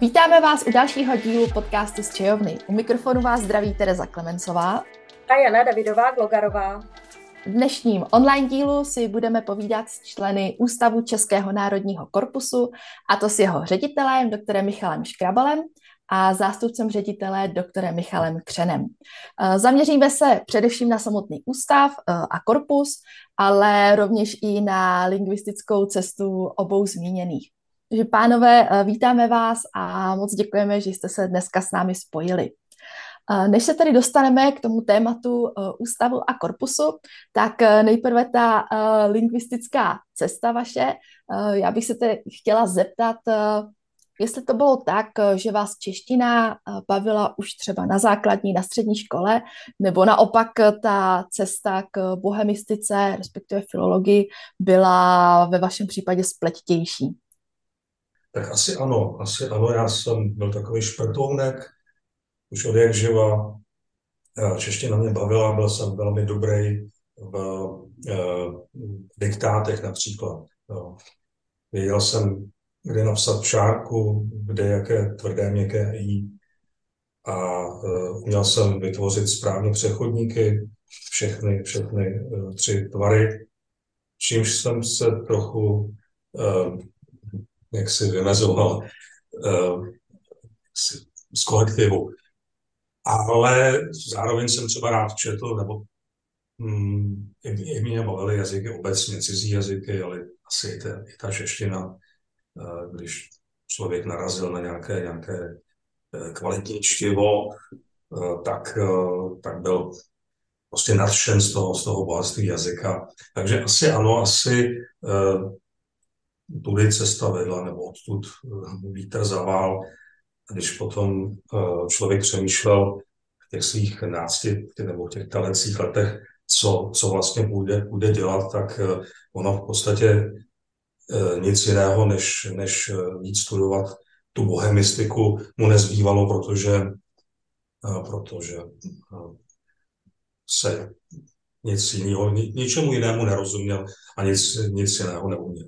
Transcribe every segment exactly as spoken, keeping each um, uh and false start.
Vítáme vás u dalšího dílu podcastu z Čajovny. U mikrofonu vás zdraví Tereza Klemencová a Jana Davidová Glogarová. V dnešním online dílu si budeme povídat s členy Ústavu Českého národního korpusu, a to s jeho ředitelem, doktorem Michalem Škrabalem, a zástupcem ředitele, doktorem Michalem Křenem. Zaměříme se především na samotný ústav a korpus, ale rovněž i na lingvistickou cestu obou zmíněných. Takže pánové, vítáme vás a moc děkujeme, že jste se dneska s námi spojili. Než se tedy dostaneme k tomu tématu ústavu a korpusu, tak nejprve ta lingvistická cesta vaše. Já bych se tedy chtěla zeptat, jestli to bylo tak, že vás čeština bavila už třeba na základní, na střední škole, nebo naopak ta cesta k bohemistice, respektive filologii, byla ve vašem případě spletitější? Tak asi ano, asi ano, já jsem byl takový šprtounek, už od jak živa. Čeština mě bavila, byl jsem velmi dobrý v uh, diktátech například. No. Věděl jsem, kde napsat čárku, kde jaké tvrdé, měkké i. A uh, uměl jsem vytvořit správně přechodníky, všechny, všechny uh, tři tvary, čímž jsem se trochu uh, jak si vymezoval uh, z kolektivu. Ale zároveň jsem třeba rád četl, nebo hm, i mě bavily jazyky obecně, cizí jazyky, ale asi i ta, i ta čeština, uh, když člověk narazil na nějaké, nějaké uh, kvalitní čtivo, uh, tak, uh, tak byl prostě nadšen z toho, z toho bohatství jazyka. Takže asi ano, asi uh, tudy cesta vedla, nebo odtud vítr zavál. Když potom uh, člověk přemýšlel v těch svých nácti nebo v těch talentských letech, co, co vlastně půjde, půjde dělat, tak uh, ono v podstatě uh, nic jiného, než, než uh, víc studovat tu bohemistiku mu nezbývalo, protože, uh, protože uh, se nic jiného, ni, ničemu jinému nerozuměl a nic, nic jiného neuměl.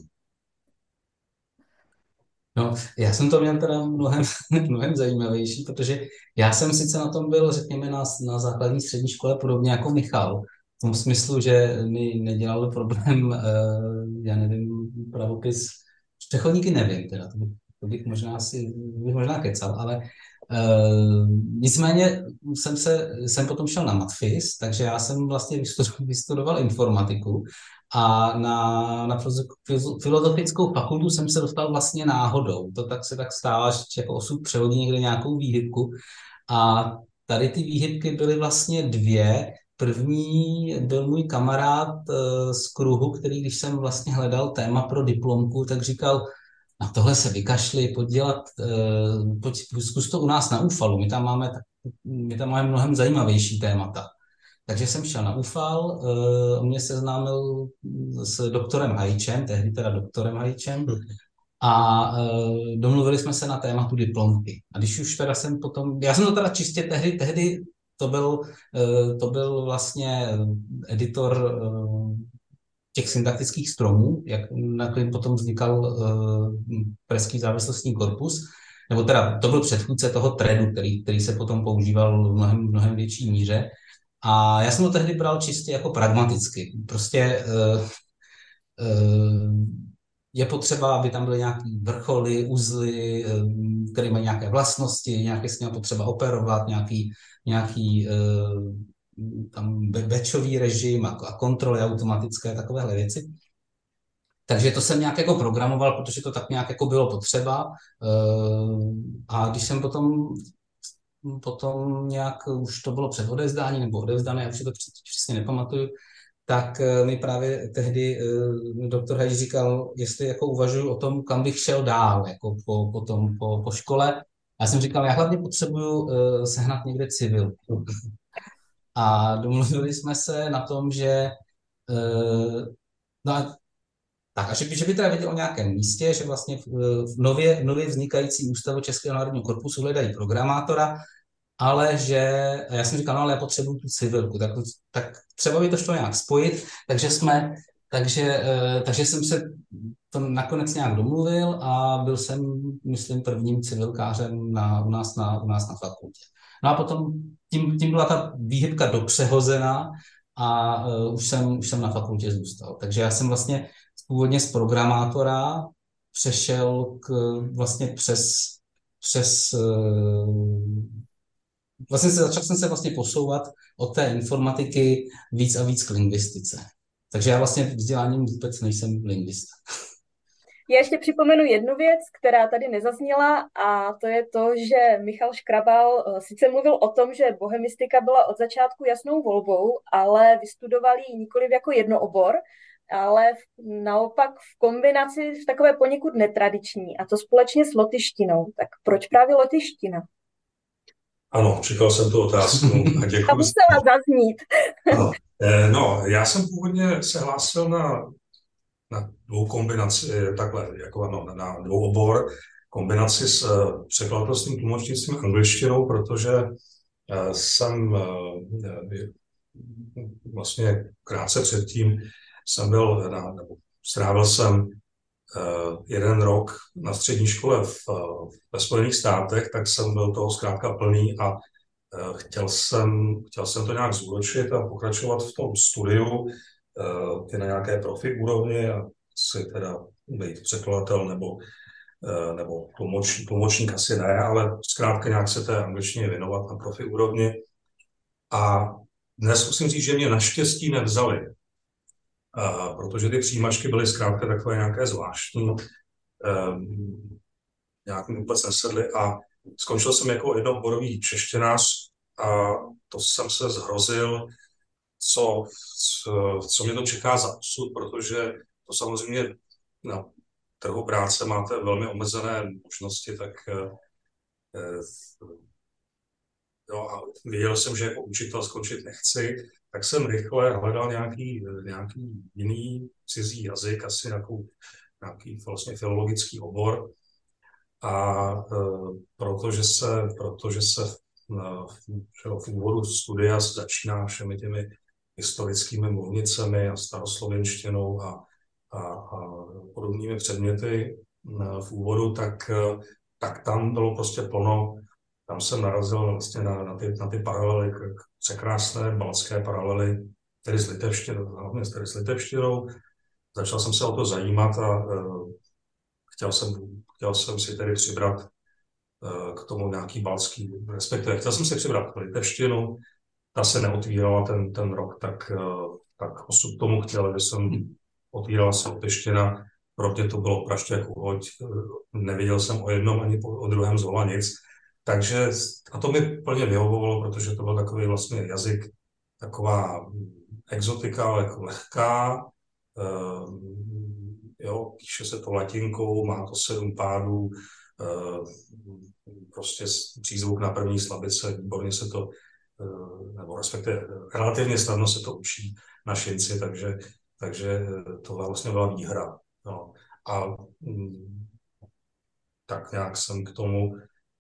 No, já jsem to měl teda mnohem, mnohem zajímavější, protože já jsem sice na tom byl, řekněme, na, na základní střední škole podobně jako Michal, v tom smyslu, že mi nedělal problém, uh, já nevím, pravopis, přechodníky nevím, teda, to bych, to bych možná si, bych možná kecal, ale uh, nicméně jsem, se, jsem potom šel na matfis, takže já jsem vlastně vystudoval, vystudoval informatiku. A na, na filozofickou fakultu jsem se dostal vlastně náhodou. To tak se tak stává, že jako osud přehodí někde nějakou výhybku. A tady ty výhybky byly vlastně dvě. První byl můj kamarád z kruhu, který, když jsem vlastně hledal téma pro diplomku, tak říkal, na tohle se vykašli, pojď dělat, pojď, zkus to u nás na úfalu, my tam máme, my tam máme mnohem zajímavější témata. Takže jsem šel na úfal, uh, mě seznámil s doktorem Hajičem, tehdy teda doktorem Hajičem, a uh, domluvili jsme se na tématu diplomky. A když už teda jsem potom, já jsem to teda čistě tehdy, tehdy to byl, uh, to byl vlastně editor uh, těch syntaktických stromů, jak, na kterým potom vznikal uh, Pražský závislostní korpus, nebo teda to byl předchůdce toho threadu, který, který se potom používal v mnohem, mnohem větší míře. A já jsem to tehdy bral čistě jako pragmaticky. Prostě uh, uh, je potřeba, aby tam byly nějaké vrcholy, uzly, um, které mají nějaké vlastnosti, nějaké s nimi potřeba operovat, nějaký, nějaký uh, tam batchový režim a, a kontroly automatické, takovéhle věci. Takže to jsem nějak jako programoval, protože to tak nějak jako bylo potřeba. Uh, a když jsem potom potom nějak, už to bylo před odevzdání nebo odevzdané, já už si to přesně nepamatuju, tak mi právě tehdy doktor Hajč říkal, jestli jako uvažuji o tom, kam bych šel dál, jako po, po, tom, po, po škole. Já jsem říkal, já hlavně potřebuju uh, sehnat někde civilku. A domluvili jsme se na tom, že uh, no a, tak, a že, že by teda věděl o nějakém místě, že vlastně v, v nově, nově vznikající ústavu Českého národního korpusu hledají programátora, ale že, já jsem říkal, no ale já potřebuju tu civilku, tak, tak třeba by to šlo nějak spojit, takže jsme takže, eh, takže jsem se to nakonec nějak domluvil a byl jsem, myslím, prvním civilkářem na, u, nás na, u nás na fakultě. No a potom tím, tím byla ta výhybka dopřehozená a uh, už, jsem, už jsem na fakultě zůstal. Takže já jsem vlastně původně z programátora přešel k, vlastně přes, přes uh, vlastně se, začal jsem se vlastně posouvat od té informatiky víc a víc k lingvistice. Takže já vlastně vzděláním vůbec nejsem lingvista. Já ještě připomenu jednu věc, která tady nezazněla, a to je to, že Michal Škrabal sice mluvil o tom, že bohemistika byla od začátku jasnou volbou, ale vystudoval ji nikoliv jako jednoobor, ale naopak v kombinaci v takové poněkud netradiční, a to společně s lotyštinou. Tak proč právě lotyština? Ano, čekal jsem tu otázku a děkuji. Ta musela zaznít. Ano. No, já jsem původně se hlásil na, na dvou kombinaci, takhle, jako ano, na dvou obor, kombinaci s překladatelstvím, tlumočnictvím, angličtinou, protože jsem vlastně krátce předtím jsem byl, na, nebo strávil jsem jeden rok na střední škole v, ve Spojených státech, tak jsem byl toho zkrátka plný a chtěl jsem, chtěl jsem to nějak zúročit a pokračovat v tom studiu ty na nějaké profi úrovni a si teda být překladatel nebo, nebo tlumoč, tlumočník asi ne, ale zkrátka nějak se té angličtině věnovat na profi úrovni. A dnes musím říct, že mě naštěstí nevzali, Uh, protože ty přijímačky byly zkrátka takové nějaké zvláštní, um, nějak mi vůbec nesedly a skončil jsem jako jednooborový češtinář a to jsem se zhrozil, co, co, co mě to čeká za osud, protože to samozřejmě na trhu práce máte velmi omezené možnosti, tak uh, jo, a věděl jsem, že jako učitel skončit nechci, tak jsem rychle hledal nějaký, nějaký jiný cizí jazyk, asi nějakou, nějaký vlastně filologický obor. A e, protože se, protože se v, v úvodu studia začíná všemi těmi historickými mluvnicemi a staroslovenštinou a, a, a podobnými předměty v úvodu, tak, tak tam bylo prostě plno. Tam jsem narazil vlastně na, na, ty, na ty paralely, překrásné baltské paralely, tedy s litevštinou, hlavně tedy s litevštinou. Začal jsem se o to zajímat a uh, chtěl, jsem, chtěl jsem si tedy přibrat uh, k tomu nějaký baltský, respektive chtěl jsem si přibrat litevštinu, ta se neotvírala ten, ten rok, tak, uh, tak osud tomu chtěl, aby jsem otvírala se litevština, pro mě to bylo praště jako hoď, nevěděl jsem o jednom ani o druhém zvola nic. Takže, a to mi plně vyhovovalo, protože to byl takový vlastně jazyk, taková exotika, ale jako lehká, uh, jo, píše se to latinkou, má to sedm pádů, uh, prostě přízvuk na první slabice, výborně se to, uh, nebo respektive relativně snadno se to učí na šinci, takže, takže to vlastně byla výhra. No. A um, tak nějak jsem k tomu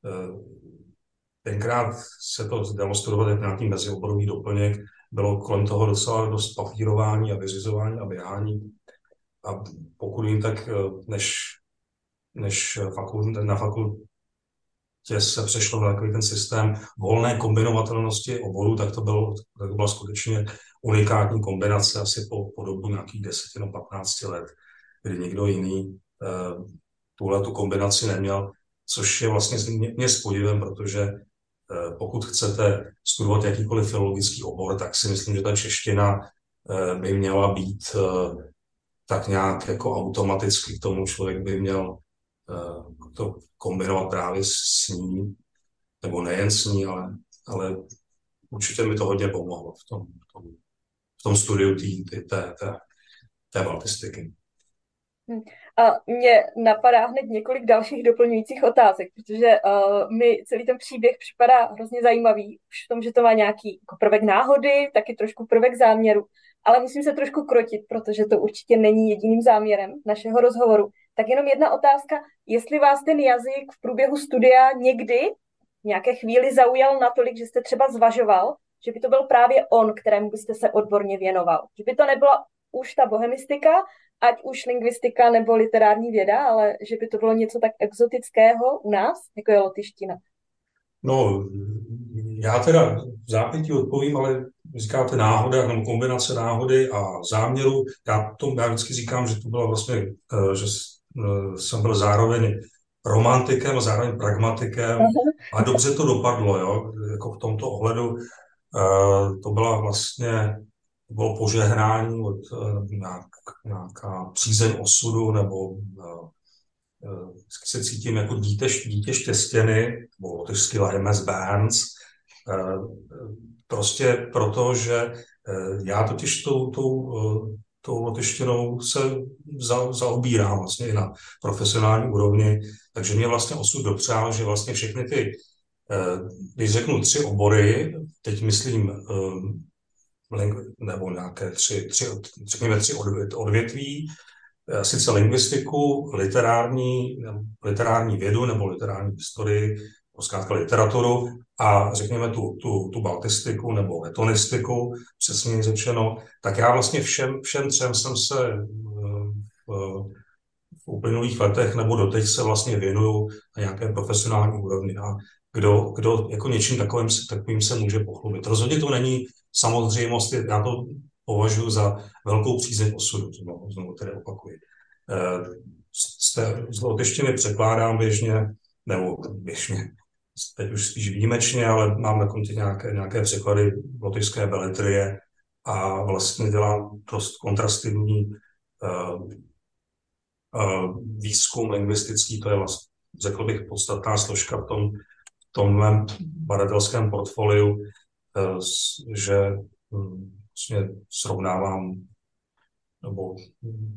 tenkrát se to dalo studovat jako nějaký mezioborový doplněk, bylo kolem toho docela dost papírování a vyřizování a běhání. A pokud vím, tak než, než fakult, na fakultě se přešlo na takový ten systém volné kombinovatelnosti oborů, tak to, bylo, tak to byla skutečně unikátní kombinace asi po, po dobu nějakých deset nebo patnáct let, kdy nikdo jiný eh, tuhle tu kombinaci neměl. Což je vlastně mě s podivem, protože pokud chcete studovat jakýkoliv filologický obor, tak si myslím, že ta čeština by měla být tak nějak jako automaticky k tomu člověk by měl to kombinovat právě s ní, nebo nejen s ní, ale, ale určitě mi to hodně pomohlo v tom, v tom, v tom studiu té, té, té, té baltistiky. A mně napadá hned několik dalších doplňujících otázek, protože uh, mi celý ten příběh připadá hrozně zajímavý už v tom, že to má nějaký jako prvek náhody, taky trošku prvek záměru, ale musím se trošku krotit, protože to určitě není jediným záměrem našeho rozhovoru. Tak jenom jedna otázka, jestli vás ten jazyk v průběhu studia někdy v nějaké chvíli zaujal natolik, že jste třeba zvažoval, že by to byl právě on, kterému byste se odborně věnoval. Že by to nebylo už ta bohemistika, ať už lingvistika nebo literární věda, ale že by to bylo něco tak exotického u nás, jako je lotyština. No, já teda v zápětí odpovím, ale říkáte náhoda nebo kombinace náhody a záměru. Já, to, já vždycky říkám, že to bylo vlastně, eh, že s- eh, jsem byl zároveň romantikem a zároveň pragmatikem a dobře to dopadlo, jo, jako v tomto ohledu. eh, To byla vlastně, to bylo požehnání od eh, nějak, nějaká přízeň osudu nebo eh, eh, vždycky se cítím jako dítě, dítě štěstěny, nebo lotyšsky Laimes Bērns, eh, prostě proto, že eh, já totiž tou, tou, eh, tou lotyštinou se za, zaobírám vlastně i na profesionální úrovni, takže mě vlastně osud dopřál, že vlastně všechny ty, eh, když řeknu tři obory, teď myslím, eh, ling- nebo nějaké tři, tři, řekněme tři odvě- odvětví, eh, sice lingvistiku, literární, nebo literární vědu nebo literární historii, nebo zkrátka literaturu a řekněme tu, tu, tu baltistiku nebo letonistiku, přesně řečeno, tak já vlastně všem, všem třem jsem se eh, v, v uplynulých letech nebo doteď se vlastně věnuju na nějaké profesionální úrovni. A kdo, kdo jako něčím takovým, se- takovým se může pochlubit. Rozhodně to není samozřejmost, já to považuji za velkou přízeň osudu, znovu, znovu tedy opakuji. Eh, Z, té- z lotyštiny překládám běžně, nebo běžně, teď už spíš výjimečně, ale mám na konci nějaké, nějaké překlady lotyšské beletrie a vlastně dělám dost kontrastivní eh, eh, výzkum lingvistický, to je vlastně, řekl bych, podstatná složka v tom, v tom mém badatelském portfoliu, eh, s- že hm, vlastně srovnávám nebo hm,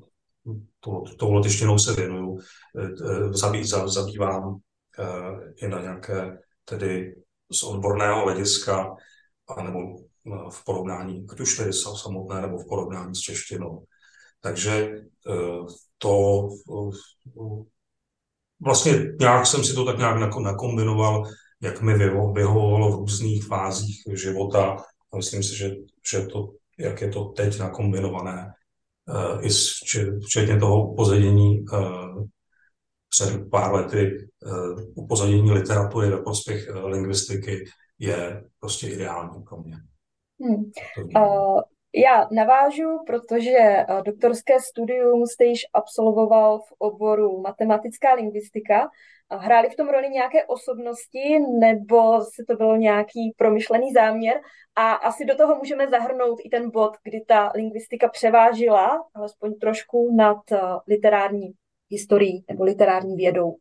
tou, tou lotyštinou se věnuju, eh, zabý, za- zabývám eh, i na nějaké tedy z odborného hlediska, anebo eh, v porovnání, ať už tedy sa- samotné, nebo v porovnání s češtinou. Takže eh, to eh, vlastně nějak jsem si to tak nějak nako- nakombinoval, jak mi vyho- vyhovovalo v různých fázích života. A myslím si, že, že to, jak je to teď nakombinované, eh, i s, vče- včetně toho upozadění eh, před pár lety, eh, upozadění literatury ve prospěch eh, lingvistiky je prostě ideální pro mě. Hmm. To vnímám. Uh, já navážu, protože uh, doktorské studium jste již absolvoval v oboru matematická lingvistika. A hrály v tom roli nějaké osobnosti, nebo se to bylo nějaký promyšlený záměr? A asi do toho můžeme zahrnout i ten bod, kdy ta lingvistika převážila, alespoň trošku, nad uh, literární historií nebo literární vědou.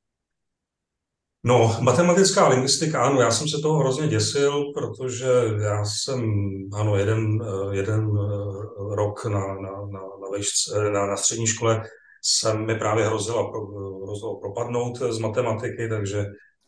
No, matematická lingvistika, ano, já jsem se toho hrozně děsil, protože já jsem, ano, jeden, eh, jeden eh, rok na, na, na, na, vejšce, na, na střední škole se mi právě hrozilo, hrozilo propadnout z matematiky, takže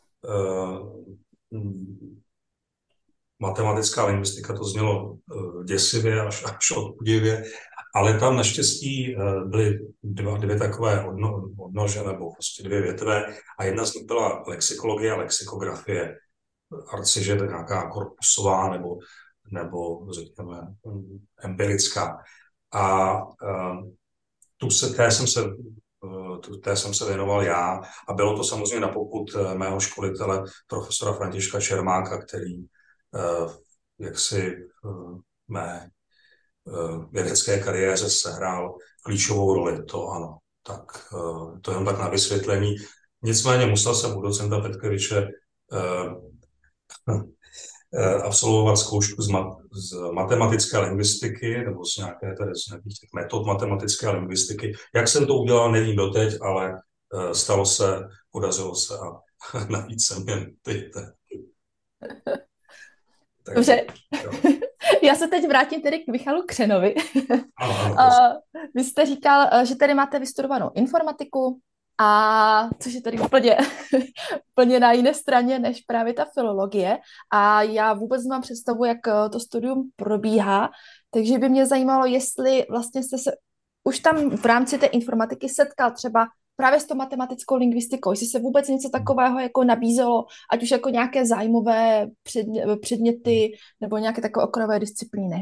uh, matematická lingvistika to znělo uh, děsivě až, až odpudivě, ale tam naštěstí uh, byly dva, dvě takové odno, odnože nebo prostě dvě větve a jedna z nich byla lexikologie a lexikografie. Arci, že to je nějaká korpusová nebo, nebo řekněme empirická. A uh, tu se, té jsem se tu, té jsem se věnoval já a bylo to samozřejmě na popud mého školitele profesora Františka Čermáka, který uh, jaksi uh, mé uh, vědecké kariéře sehrál klíčovou roli, to ano. Tak uh, to jenom tak na vysvětlení. Nicméně musel jsem u docenta Petkeviče uh, absolvovat zkoušku z, mat, z matematické lingvistiky nebo z nějaké tedy z nějakých těch metod matematické lingvistiky. Jak jsem to udělal, nevím doteď, ale uh, stalo se, podařilo se a navíc jsem jen teď. Dobře. Já se teď vrátím tedy k Michalu Křenovi. Ano, ano, uh, vy jste říkal, že tady máte vystudovanou informatiku, a což je tady úplně, úplně na jiné straně než právě ta filologie. A já vůbec nemám představu, jak to studium probíhá, takže by mě zajímalo, jestli vlastně jste se už tam v rámci té informatiky setkal třeba právě s tou matematickou lingvistikou, jestli se vůbec něco takového jako nabízelo, ať už jako nějaké zájmové předměty nebo nějaké takové okrajové disciplíny.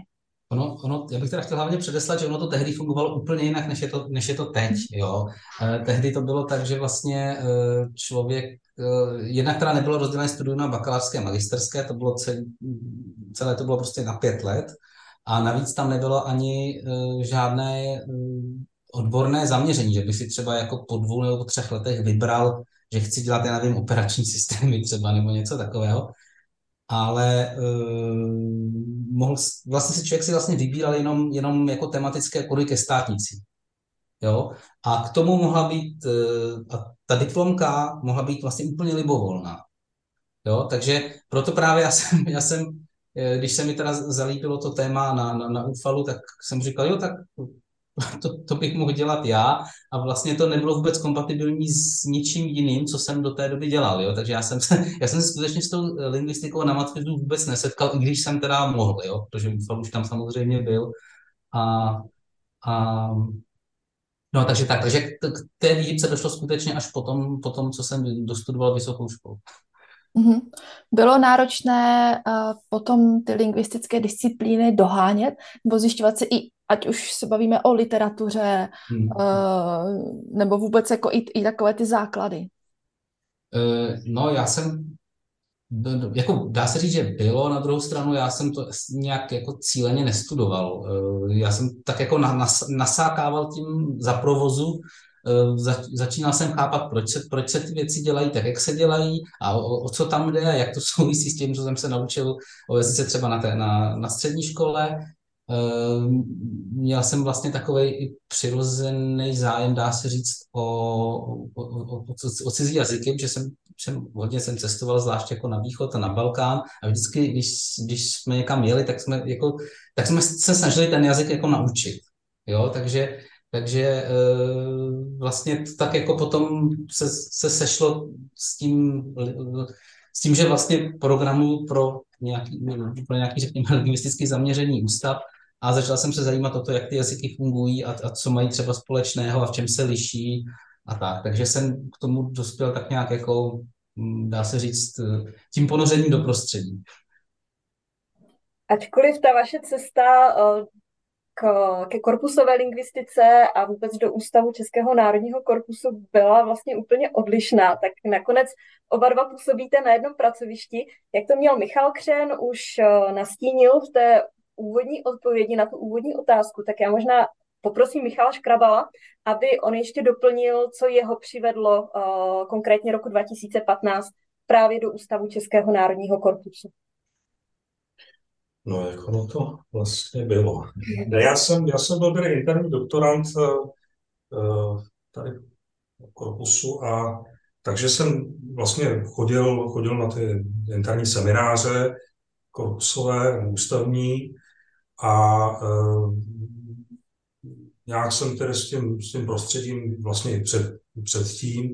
Ono, ono, já bych teda chtěl hlavně předeslat, že ono to tehdy fungovalo úplně jinak, než je to, než je to teď, jo. Eh, tehdy to bylo tak, že vlastně eh, člověk, eh, jednak teda nebylo rozdělené studium na bakalářské a magisterské, to bylo celé, celé to bylo prostě na pět let a navíc tam nebylo ani eh, žádné eh, odborné zaměření, že by si třeba jako po dvou nebo po třech letech vybral, že chci dělat, já nevím, operační systémy třeba nebo něco takového, ale uh, mohl, vlastně si člověk si vlastně vybíral jenom, jenom jako tematické kurzy ke státnici. Jo? A k tomu mohla být, uh, a ta diplomka mohla být vlastně úplně libovolná. Jo? Takže proto právě já jsem, já jsem, když se mi teda zalíbilo to téma na, na, na úfalu, tak jsem říkal, jo, tak to, to bych mohl dělat já a vlastně to nebylo vůbec kompatibilní s ničím jiným, co jsem do té doby dělal, jo? Takže já jsem se, já jsem se skutečně s tou lingvistikou na matfizu vůbec nesetkal, i když jsem teda mohl, jo? Protože úfal už tam samozřejmě byl a, a no, takže tak, takže k té výjimce došlo skutečně až potom, potom, co jsem dostudoval vysokou školu. Mm-hmm. Bylo náročné uh, potom ty lingvistické disciplíny dohánět nebo zjišťovat si i, ať už se bavíme o literatuře, Hmm. uh, nebo vůbec jako i, i takové ty základy? Uh, no, já jsem, jako dá se říct, že bylo, na druhou stranu já jsem to nějak jako cíleně nestudoval. Uh, já jsem tak jako na, nas, nasákával tím za provozu. Zač, začínal jsem chápat, proč se, proč se ty věci dělají tak, jak se dělají a o, o co tam jde, jak to souvisí s tím, co jsem se naučil o jazyce třeba na, té, na, na střední škole. Měl jsem vlastně takový i přirozený zájem, dá se říct, o, o, o, o cizí jazyky, protože jsem, jsem hodně jsem cestoval, zvlášť jako na východ a na Balkán a vždycky, když, když jsme někam jeli, tak jsme, jako, tak jsme se snažili ten jazyk jako naučit. Jo? Takže Takže vlastně tak jako potom se, se sešlo s tím, s tím, že vlastně programu pro nějaký, pro nějaký řekněme, lingvistický zaměřený ústav a začal jsem se zajímat o to, jak ty jazyky fungují a, a co mají třeba společného a v čem se liší a tak. Takže jsem k tomu dospěl tak nějak jako, dá se říct, tím ponořením do prostředí. Ačkoliv ta vaše cesta k, ke korpusové lingvistice a vůbec do Ústavu Českého národního korpusu byla vlastně úplně odlišná, tak nakonec oba dva působíte na jednom pracovišti. Jak to měl Michal Křen už nastínil v té úvodní odpovědi na tu úvodní otázku, tak já možná poprosím Michala Škrabala, aby on ještě doplnil, co jeho přivedlo uh, konkrétně roku dva tisíce patnáct právě do Ústavu Českého národního korpusu. No, jak ono to vlastně bylo. Já jsem, já jsem byl tedy interní doktorant uh, tady v korpusu a takže jsem vlastně chodil, chodil na ty interní semináře korpusové, ústavní a uh, nějak jsem tedy s tím, s tím prostředím vlastně před, předtím.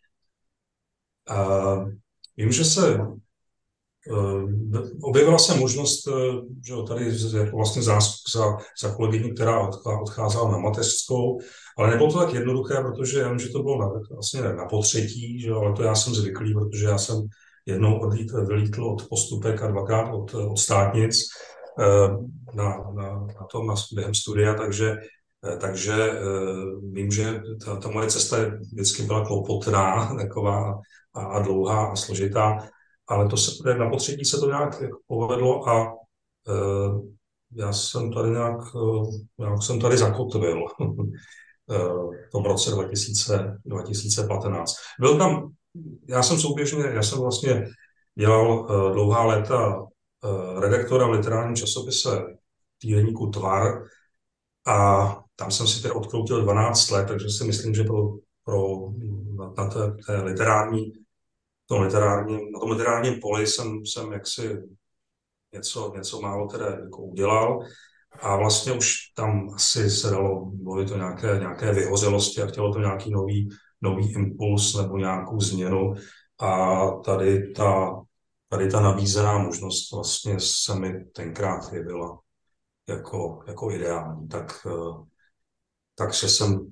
Uh, vím, že se objevila se možnost, že tady jako vlastně za, za, za kolegyni, která odcházela na mateřskou, ale nebylo to tak jednoduché, protože já vím, že to bylo na, vlastně na potřetí, že, ale to já jsem zvyklý, protože já jsem jednou odlítl, vylítl od postupek a dvakrát od, od státnic na, na, na tom na, během studia, takže, takže vím, že ta, ta moje cesta vždycky byla klopotná taková a, a dlouhá a složitá. Ale to se, na potřetí se to nějak povedlo a e, já jsem tady nějak, e, nějak jsem tady zakotvil e, v tom roce dva tisíce patnáct. Byl tam, já jsem souběžně, já jsem vlastně dělal e, dlouhá léta e, redaktora v literárním časopise týdeníku Tvar a tam jsem si tedy odkroutil dvanáct let, takže si myslím, že pro, pro na, na té, té literární tom literárním, na tom literárním poli jsem, jsem jaksi něco, něco málo teda jako udělal a vlastně už tam asi se dalo mluvit o nějaké, nějaké vyhořelosti a chtělo to nějaký nový, nový impuls nebo nějakou změnu a tady ta, tady ta nabízená možnost vlastně se mi tenkrát jevila jako, jako ideální. Tak, takže jsem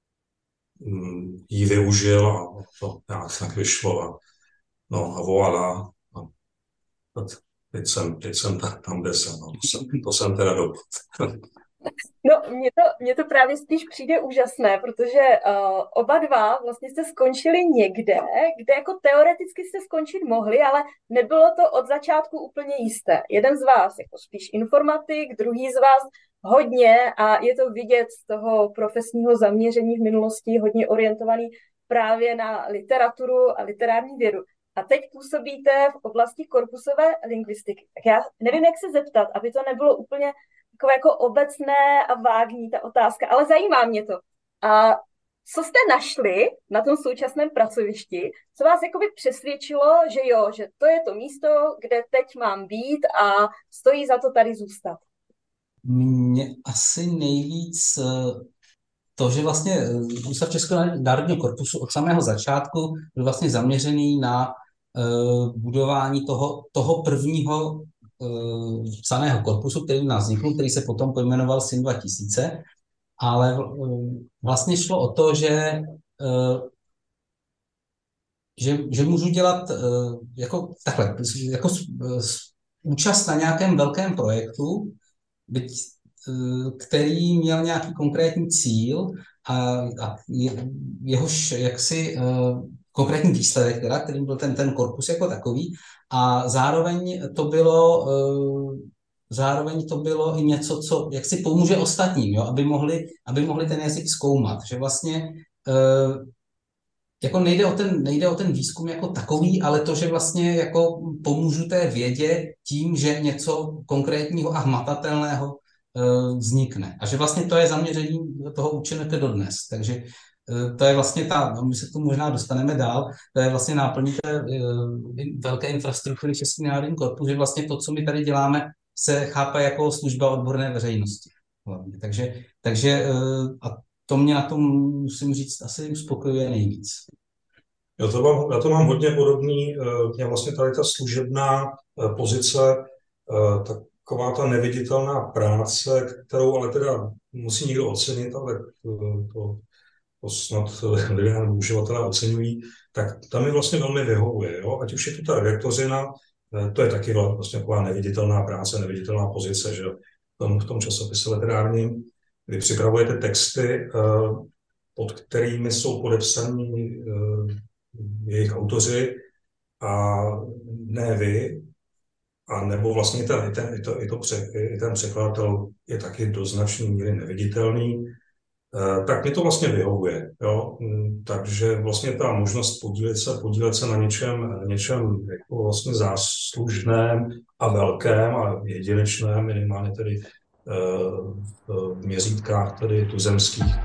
ji využil a to nějak tak vyšlo a no a voilà. No. teď jsem, teď jsem tam, tam kde jsem, no, to jsem, to jsem teda do... No, mně to, mně to právě spíš přijde úžasné, protože uh, oba dva vlastně jste skončili někde, kde jako teoreticky jste skončit mohli, ale nebylo to od začátku úplně jisté. Jeden z vás jako spíš informatik, druhý z vás hodně, a je to vidět z toho profesního zaměření v minulosti, hodně orientovaný právě na literaturu a literární vědu. A teď působíte v oblasti korpusové lingvistiky. Tak já nevím, jak se zeptat, aby to nebylo úplně takové jako obecné a vágní ta otázka, ale zajímá mě to. A co jste našli na tom současném pracovišti, co vás jakoby přesvědčilo, že jo, že to je to místo, kde teď mám být a stojí za to tady zůstat? Mně asi nejvíc to, že vlastně Ústav Českého národního korpusu od samého začátku byl vlastně zaměřený na uh, budování toho, toho prvního uh, psaného korpusu, který u nás vznikl, který se potom pojmenoval S I N dva tisíce, ale uh, vlastně šlo o to, že, uh, že, že můžu dělat uh, jako takhle, jako uh, účast na nějakém velkém projektu, byť který měl nějaký konkrétní cíl a, a jehož jaksi uh, konkrétní výsledek, teda, kterým byl ten, ten korpus jako takový, a zároveň to bylo uh, zároveň to bylo i něco, co jaksi pomůže ostatním, jo, aby mohli, aby mohli ten jazyk zkoumat, že vlastně uh, jako nejde o, ten, nejde o ten výzkum jako takový, ale to, že vlastně jako pomůžu té vědě tím, že něco konkrétního a hmatatelného vznikne. A že vlastně to je zaměření toho účinku dodnes. Takže to je vlastně ta, my se k tomu možná dostaneme dál, to je vlastně náplní té velké infrastruktury Český národní korpus, že vlastně to, co my tady děláme, se chápe jako služba odborné veřejnosti. Takže, takže a to mě na tom, musím říct, asi uspokojuje nejvíc. Já to mám, já to mám hodně podobný. Mě vlastně tady ta služebná pozice, tak taková ta neviditelná práce, kterou ale teda musí někdo ocenit, ale to, to, to snad lidé nebo uživatelé oceňují, tak tam mi vlastně velmi vyhovuje. Jo? Ať už je to ta redaktořina, to je taky vlastně taková neviditelná práce, neviditelná pozice, že v tom, v tom časopise literárním, kdy připravujete texty, pod kterými jsou podepsaní jejich autoři a ne vy, a nebo vlastně ten, i, ten, i, to, i, to pře, i ten překladatel je taky do značné míry neviditelný, e, tak mi to vlastně vyhovuje. Jo? Takže vlastně ta možnost podílet se, podílet se na něčem, něčem jako vlastně záslužném a velkém a jedinečném, minimálně tedy e, v měřítkách tedy tuzemských.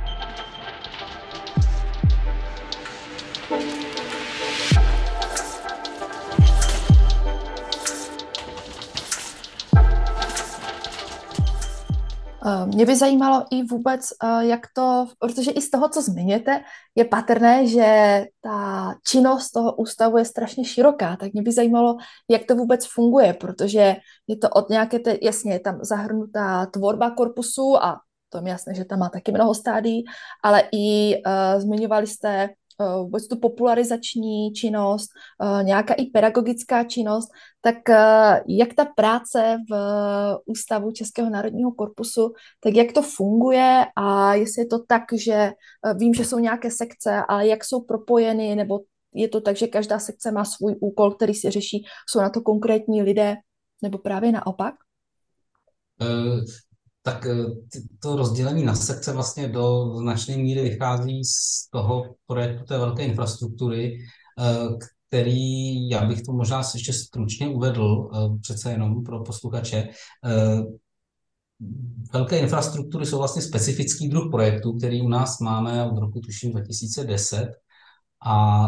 Mě by zajímalo i vůbec, jak to, protože i z toho, co zmiňujete, je patrné, že ta činnost toho ústavu je strašně široká, tak mě by zajímalo, jak to vůbec funguje, protože je to od nějaké, te, jasně, je tam zahrnutá tvorba korpusu a to je jasné, že tam má taky mnoho stádií, ale i uh, zmiňovali jste uh, vůbec tu popularizační činnost, uh, nějaká i pedagogická činnost, tak uh, jak ta práce v uh, Ústavu Českého národního korpusu, tak jak to funguje a jestli je to tak, že uh, vím, že jsou nějaké sekce, ale jak jsou propojeny, nebo je to tak, že každá sekce má svůj úkol, který si řeší, jsou na to konkrétní lidé, nebo právě naopak? Uh... Tak to rozdělení na sekce vlastně do značné míry vychází z toho projektu té velké infrastruktury, který, já bych to možná ještě stručně uvedl, přece jenom pro posluchače. Velké infrastruktury jsou vlastně specifický druh projektu, který u nás máme od roku tuším dva tisíce deset, a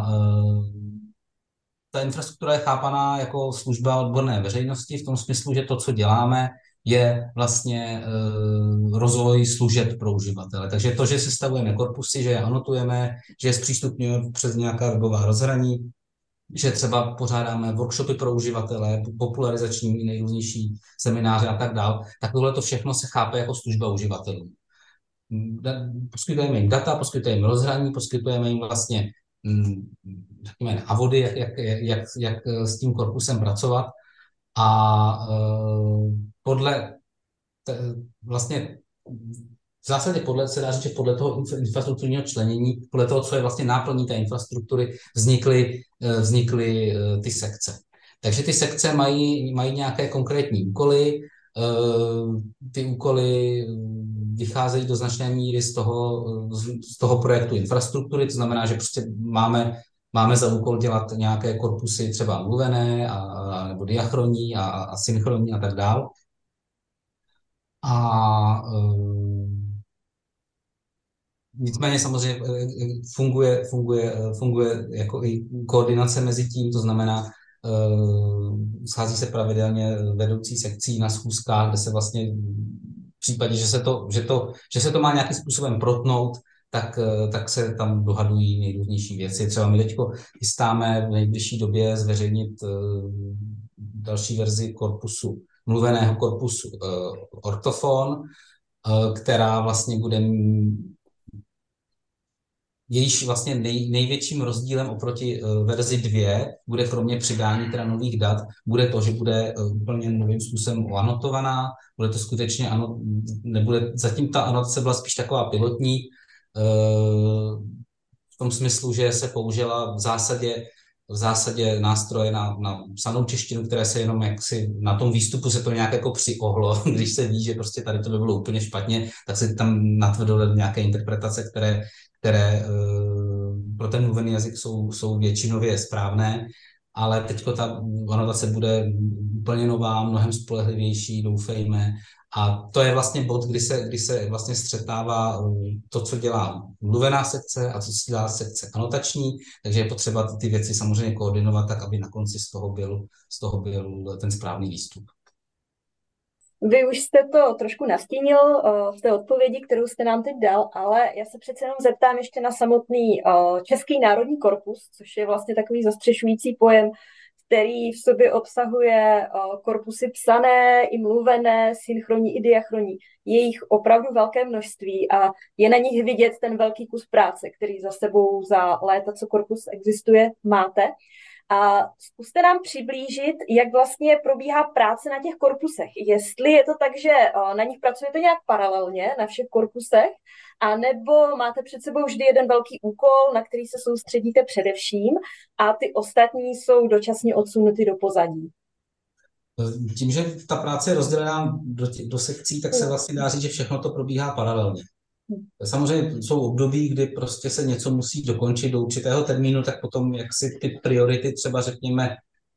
ta infrastruktura je chápaná jako služba odborné veřejnosti v tom smyslu, že to, co děláme, je vlastně e, rozvoj služeb pro uživatele. Takže to, že sestavujeme korpusy, že je anotujeme, že je zpřístupňujeme přes nějaká webová rozhraní, že třeba pořádáme workshopy pro uživatele, popularizační nejrůznější semináře a tak dál, tak tohle to všechno se chápe jako služba uživatelů. Poskytujeme jim data, poskytujeme jim rozhraní, poskytujeme jim vlastně řekněme, návody, jak, jak, jak, jak s tím korpusem pracovat. A podle vlastně v zásadě podle, se dá říct, že podle toho infrastrukturního členění, podle toho, co je vlastně náplní té infrastruktury, vznikly, vznikly ty sekce. Takže ty sekce mají, mají nějaké konkrétní úkoly, ty úkoly vycházejí do značné míry z toho, z toho projektu infrastruktury, to znamená, že prostě máme, máme za úkol dělat nějaké korpusy třeba mluvené, a, a, nebo diachronní a, a synchronní a tak dále. A nicméně samozřejmě funguje, funguje, funguje jako i koordinace mezi tím, to znamená, schází se pravidelně vedoucí sekcí na schůzkách, kde se vlastně v případě, že se to, že to, že se to má nějakým způsobem protnout, tak, tak se tam dohadují nejrůznější věci. Třeba my teďko chystáme v nejbližší době zveřejnit další verzi korpusu, mluveného korpusu ortofon, která vlastně bude jejíž vlastně nej, největším rozdílem oproti uh, verzi dvě bude kromě přidání teda nových dat, bude to, že bude uh, úplně novým způsobem anotovaná, bude to skutečně, ano, nebude, zatím ta anotace byla spíš taková pilotní, uh, v tom smyslu, že se použila v zásadě, v zásadě nástroje na, na psanou češtinu, které se jenom jaksi na tom výstupu se to nějak jako přiohlo, když se ví, že prostě tady to by bylo úplně špatně, tak se tam natvrdlo nějaké interpretace, které které pro ten mluvený jazyk jsou, jsou většinově správné, ale teďko ta anotace bude úplně nová, mnohem spolehlivější, doufejme. A to je vlastně bod, kdy se, kdy se vlastně střetává to, co dělá mluvená sekce a co si dělá sekce anotační, takže je potřeba ty věci samozřejmě koordinovat tak, aby na konci z toho byl, z toho byl ten správný výstup. Vy už jste to trošku nastínil uh, v té odpovědi, kterou jste nám teď dal, ale já se přece jenom zeptám ještě na samotný uh, Český národní korpus, což je vlastně takový zastřešující pojem, který v sobě obsahuje uh, korpusy psané i mluvené, synchronní i diachronní. Je jich opravdu velké množství a je na nich vidět ten velký kus práce, který za sebou za léta, co korpus existuje, máte. A zkuste nám přiblížit, jak vlastně probíhá práce na těch korpusech. Jestli je to tak, že na nich pracujete nějak paralelně na všech korpusech, anebo máte před sebou vždy jeden velký úkol, na který se soustředíte především a ty ostatní jsou dočasně odsunuty do pozadí. Tím, že ta práce je rozdělená do, tě, do sekcí, tak se vlastně dá říct, že všechno to probíhá paralelně. Samozřejmě jsou období, kdy prostě se něco musí dokončit do určitého termínu, tak potom jak si ty priority třeba řekněme,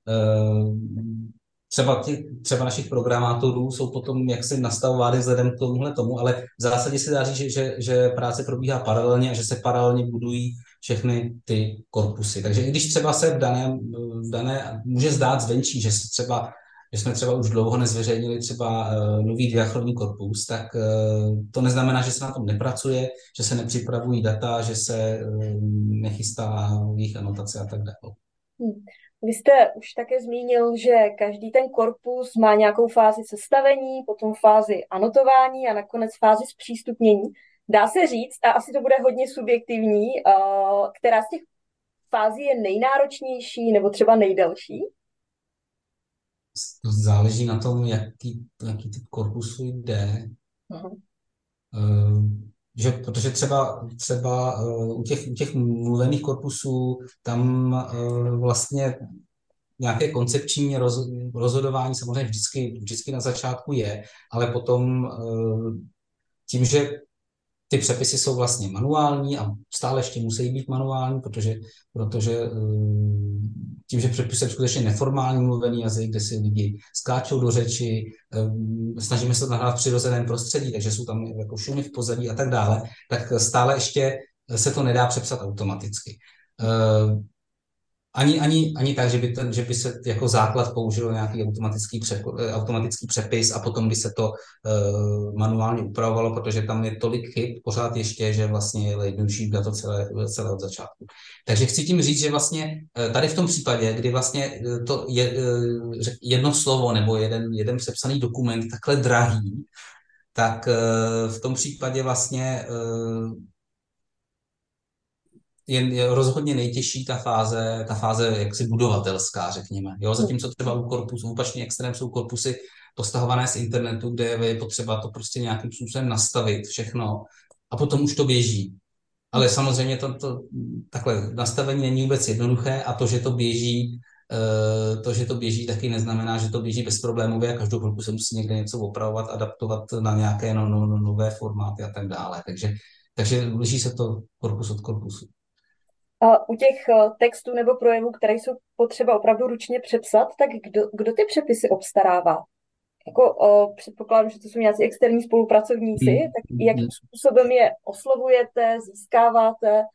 třeba, ty, třeba našich programátorů jsou potom jaksi nastavovány vzhledem k tomuhle tomu, ale v zásadě se dá říct, že, že, že práce probíhá paralelně a že se paralelně budují všechny ty korpusy. Takže i když třeba se v dané, v dané může zdát zvenčí, že se třeba že jsme třeba už dlouho nezveřejnili třeba uh, nový diachronní korpus, tak uh, to neznamená, že se na tom nepracuje, že se nepřipravují data, že se uh, nechystá jejich anotace a tak dále. Hmm. Vy jste už také zmínil, že každý ten korpus má nějakou fázi sestavení, potom fázi anotování a nakonec fázi zpřístupnění. Dá se říct, a asi to bude hodně subjektivní, uh, která z těch fází je nejnáročnější nebo třeba nejdelší? Záleží na tom, jaký, jaký typ korpusu jde. Uh-huh. Uh, že, protože třeba, třeba uh, u, těch, u těch mluvených korpusů tam uh, vlastně nějaké koncepční roz, rozhodování samozřejmě vždycky, vždycky na začátku je, ale potom uh, tím, že ty přepisy jsou vlastně manuální a stále ještě musí být manuální, protože, protože tím, že přepis je skutečně neformální mluvený jazyk, kde si lidi skáčou do řeči, snažíme se to nahrát v přirozeném prostředí, takže jsou tam jako šumy v pozadí a tak dále, tak stále ještě se to nedá přepsat automaticky. Ani, ani, ani tak, že by, ten, že by se jako základ použil nějaký automatický, přep, automatický přepis a potom by se to uh, manuálně upravovalo, protože tam je tolik chyb pořád ještě, že vlastně je jednodušší dát to celé, celé od začátku. Takže chci tím říct, že vlastně tady v tom případě, kdy vlastně to je jedno slovo nebo jeden, jeden přepsaný dokument takhle drahý, tak uh, v tom případě vlastně uh, je, je rozhodně nejtěžší ta fáze, ta fáze jaksi budovatelská, řekněme. Jo, zatímco třeba u korpusu, opačný extrém jsou korpusy postahované z internetu, kde je potřeba to prostě nějakým způsobem nastavit všechno a potom už to běží. Ale samozřejmě to, to takhle nastavení není vůbec jednoduché a to, že to běží, to, že to běží, taky neznamená, že to běží bezproblémově a každou chvilku se musí někde něco opravovat, adaptovat na nějaké no, no, no, nové formáty a tak dále. Takže, takže liší se to korpus od korpusu. A u těch eh, textů nebo projevů, které jsou potřeba opravdu ručně přepsat, tak kdo, kdo ty přepisy obstarává? Jako, o, předpokládám, že to jsou nějací externí spolupracovníci, Hmm. tak jakým způsobem je oslovujete, získáváte?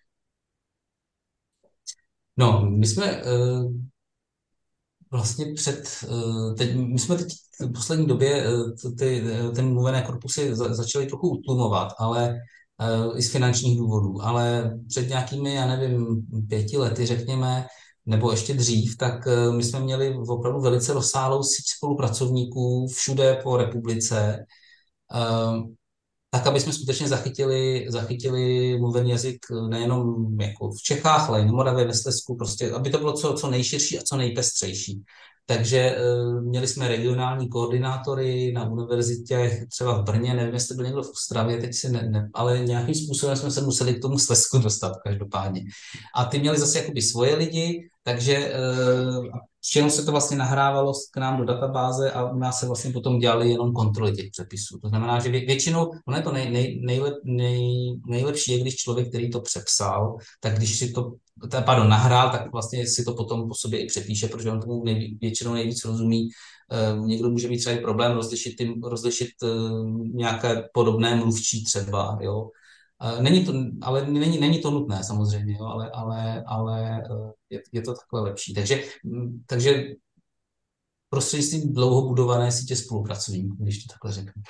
No, my jsme uh, vlastně před, uh, teď, my jsme teď v poslední době uh, ty, ten mluvené korpusy za, začali trochu utlumovat, ale uh, i z finančních důvodů, ale před nějakými, já nevím, pěti lety, řekněme, nebo ještě dřív, tak uh, my jsme měli opravdu velice rozsáhlou síť spolupracovníků všude po republice, uh, tak, aby jsme skutečně zachytili, zachytili mluvený jazyk nejenom jako v Čechách, ale i na Moravě, ve Slezsku, prostě, aby to bylo co, co nejširší a co nejpestřejší. Takže uh, měli jsme regionální koordinátory na univerzitě, třeba v Brně, nevím, jestli byl někdo v Ostravě, teď si ne, ne, ale nějakým způsobem jsme se museli k tomu Slezsku dostat každopádně. A ty měli zase jakoby svoje lidi, takže uh, všechno se to vlastně nahrávalo k nám do databáze a u nás se vlastně potom dělali jenom kontroly těch přepisů. To znamená, že vě, většinou, ono je to nej, nej, nejlep, nej, nejlepší je, když člověk, který to přepsal, tak když si to, pardon, nahrál, tak vlastně si to potom po sobě i přepíše, protože on tomu nej, většinou nejvíc rozumí. Uh, někdo může mít třeba i problém rozlišit, tím, rozlišit uh, nějaké podobné mluvčí třeba, jo. Uh, není to, ale není, není to nutné samozřejmě, jo, ale, ale, ale uh, je, je to takhle lepší. Takže, takže prostřednictvím dlouho budované sítě spolupracovníků, když to takhle řeknu.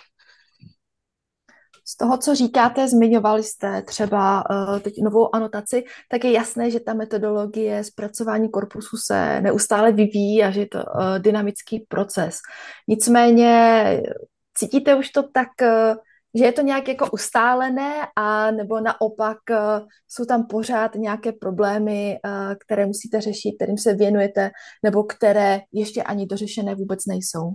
Z toho, co říkáte, zmiňovali jste třeba uh, teď novou anotaci, tak je jasné, že ta metodologie zpracování korpusu se neustále vyvíjí a že je to uh, dynamický proces. Nicméně cítíte už to tak, uh, že je to nějak jako ustálené a nebo naopak uh, jsou tam pořád nějaké problémy, uh, které musíte řešit, kterým se věnujete, nebo které ještě ani dořešené vůbec nejsou?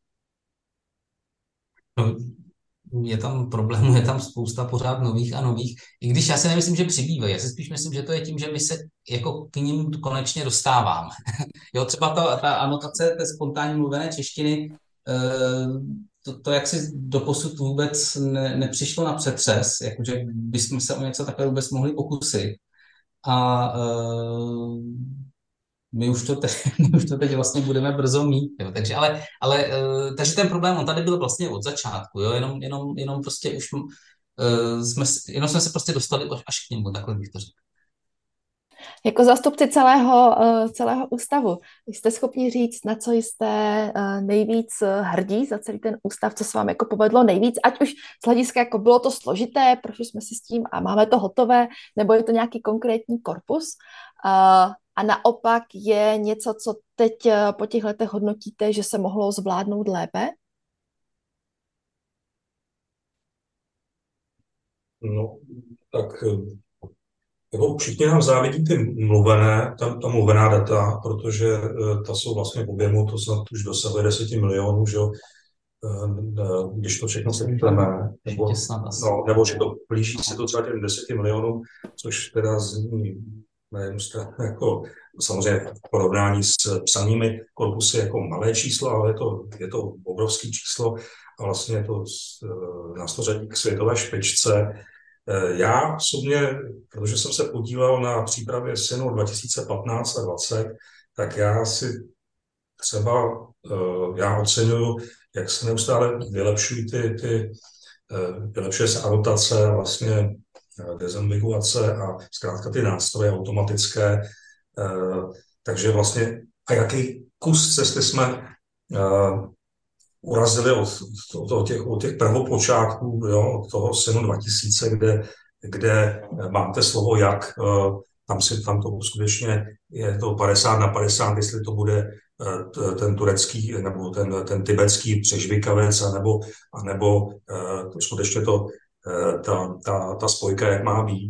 No, je tam problémů, je tam spousta pořád nových a nových, i když já si nemyslím, že přibývají. Já si spíš myslím, že to je tím, že my se jako k ním konečně dostáváme. Jo, třeba ta, ta anotace té spontánní mluvené češtiny, to, to jak si doposud vůbec ne, nepřišlo na přetřes, jakože bychom se o něco takové vůbec mohli pokusit. A uh, my už to teď, my už to teď vlastně budeme brzo mít, jo. Takže, ale, ale, uh, takže ten problém, on tady byl vlastně od začátku, jo. Jenom, jenom, jenom prostě už uh, jsme, jenom jsme se prostě dostali až k němu, takhle bych to řekl. Jako zástupci celého, uh, celého ústavu, jste schopni říct, na co jste uh, nejvíc hrdí za celý ten ústav, co se vám jako povedlo nejvíc, ať už z hlediska, jako bylo to složité, prošli jsme si s tím a máme to hotové, nebo je to nějaký konkrétní korpus. Uh, a naopak je něco, co teď uh, po těch letech hodnotíte, že se mohlo zvládnout lépe? No, tak jako všichni nám závidí ty mluvené, ta, ta mluvená data, protože ta jsou vlastně v objemu, to snad už dosahuje deseti milionů, že jo, když to všechno sečteme, nebo, no, nebo že to blíží se to třeba těm deseti milionům, což teda zní na jednu stranu jako samozřejmě v porovnání s psanými korpusy jako malé číslo, ale je to, je to obrovské číslo a vlastně je to, nás to řadí k světové špičce. Já osobně, protože jsem se podílel na přípravě synu dva tisíce patnáct a dvacet, tak já si třeba, já oceňuju, jak se neustále vylepšují ty, ty vylepšuje se anotace, vlastně dezambiguace a zkrátka ty nástroje automatické. Takže vlastně, a jaký kus cesty jsme urazili od, od, od, těch, od těch prvopočátků, jo, od toho synu dva tisíce, kde, kde máte slovo jak, tam, si, tam to skutečně je to padesát na padesát, jestli to bude ten turecký nebo ten, ten tibetský přežvykavec, anebo, anebo to skutečně to, ta, ta, ta spojka, jak má být.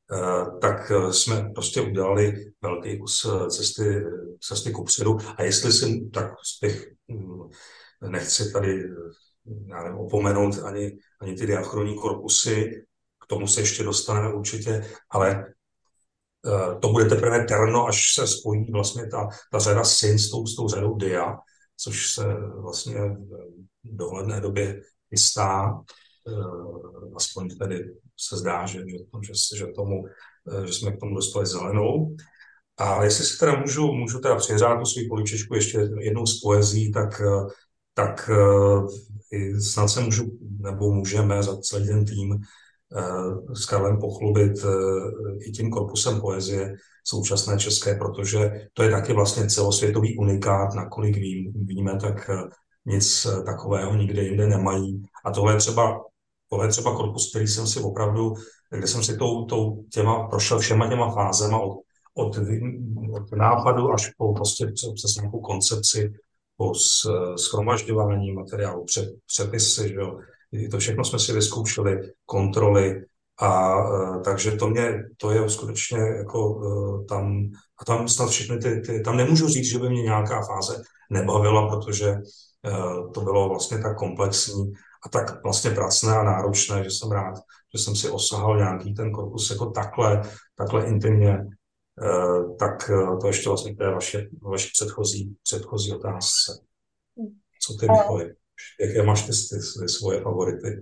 tak jsme prostě udělali velký kus cesty, cesty kupředu. A jestli si, tak bych, nechci tady já nevím, opomenout ani, ani ty diachronní korpusy, k tomu se ještě dostaneme určitě, ale to bude teprve terno, až se spojí vlastně ta, ta řada syn s tou, s tou řadou dia, což se vlastně v dohledné době chystá, aspoň tedy se zdá, že, že, že, tomu, že jsme k tomu dostali zelenou. A jestli si teda můžu, můžu teda přihřát tu svou poličečku ještě jednou z poezí, tak, tak snad se můžu, nebo můžeme za celý ten tým s Karlem pochlubit i tím korpusem poezie současné české, protože to je taky vlastně celosvětový unikát, nakolik vím, víme, tak nic takového nikde jinde nemají. A tohle je třeba, tohle je třeba korpus, který jsem si opravdu, kde jsem si tou, tou těma, prošel všema těma fázema od, od, od nápadu až po prostě přes nějakou koncepci, po shromažďování materiálu, před, přepisy, že jo. To všechno jsme si vyzkoušeli, kontroly, a takže to mě, to je skutečně jako tam, a tam snad všechny ty, ty, tam nemůžu říct, že by mě nějaká fáze nebavila, protože to bylo vlastně tak komplexní a tak vlastně pracné a náročné, že jsem rád, že jsem si osahal nějaký ten korpus jako takhle, takhle intimně, tak to ještě vlastně to je vaše, vaše předchozí, předchozí otázce. Co ty, Michale? Jaké máš ty, ty, ty svoje favority?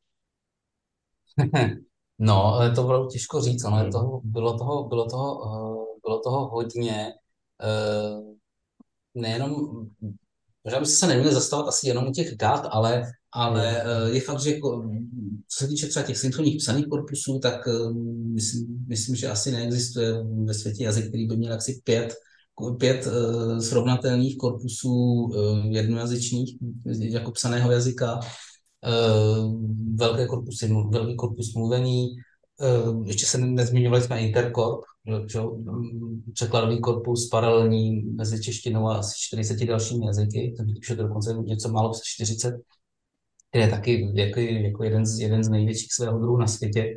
No, to bylo těžko říct, ale toho, bylo, toho, bylo, toho, bylo toho hodně. Nejenom, možná byste se neměli zastavovat asi jenom u těch dat, ale, ale je fakt, že co se týče třeba těch synchronních psaných korpusů, tak myslím, myslím, že asi neexistuje ve světě jazyk, který by měl asi pět pět uh, srovnatelných korpusů uh, jednojazyčných, jako psaného jazyka, uh, velké korpusy, velký korpus mluvený, uh, ještě se nezmiňovali jsme interkorp, že, překladový korpus paralelní mezi češtinou a asi čtyřiceti dalšími jazyky, takže to dokonce něco málo přes čtyřicet, který je taky jako, jako jeden, z, jeden z největších svého druhu na světě.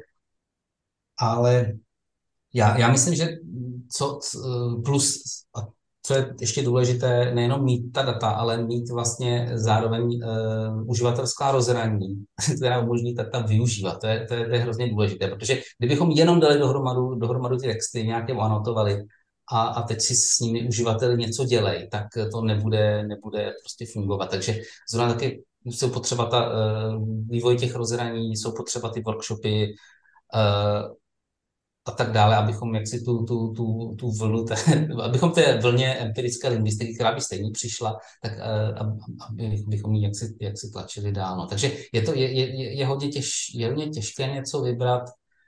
Ale já, já myslím, že co plus, a co je ještě důležité, nejenom mít ta data, ale mít vlastně zároveň uh, uživatelská rozhraní, která umožní data využívat. To je, to, je, to je hrozně důležité, protože kdybychom jenom dali dohromadu, dohromadu ty texty, nějaké anotovali a, a teď si s nimi uživatelé něco dělají, tak to nebude, nebude prostě fungovat. Takže zrovna taky jsou potřeba ta, uh, vývoj těch rozhraní, jsou potřeba ty workshopy, uh, a tak dále, abychom jaksi tu, tu, tu, tu vlnu, te, abychom té vlně empirické lingvistiky, která by stejně přišla, tak abychom ji jaksi, jaksi tlačili dál. No. Takže je to je, je, je hodně, těž, je hodně těžké něco vybrat.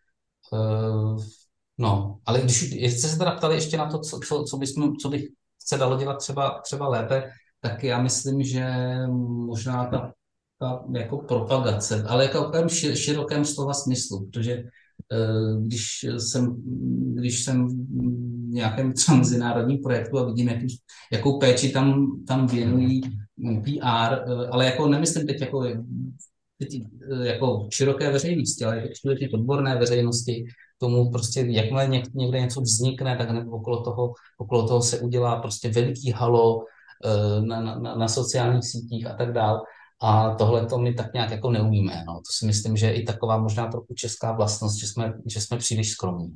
Uh, no, ale když jste se teda ptali ještě na to, co, co, co, bychom, co bych se dalo dělat třeba, třeba lépe, tak já myslím, že možná ta, ta jako propagace, ale jako v takovém širokém slova smyslu, protože Když jsem, když jsem v nějakém třeba mezinárodním projektu a vidím, jaký, jakou péči tam, tam věnují P R, ale jako nemyslím teď jako, teď jako široké veřejnosti, ale skutečně odborné veřejnosti, tomu prostě, jakmile někde něco vznikne, tak hned okolo toho, okolo toho se udělá prostě veliký halo na, na, na sociálních sítích a tak dále. A tohle to my tak nějak jako neumíme. No. To si myslím, že je i taková možná trochu česká vlastnost, že jsme, že jsme příliš skromní.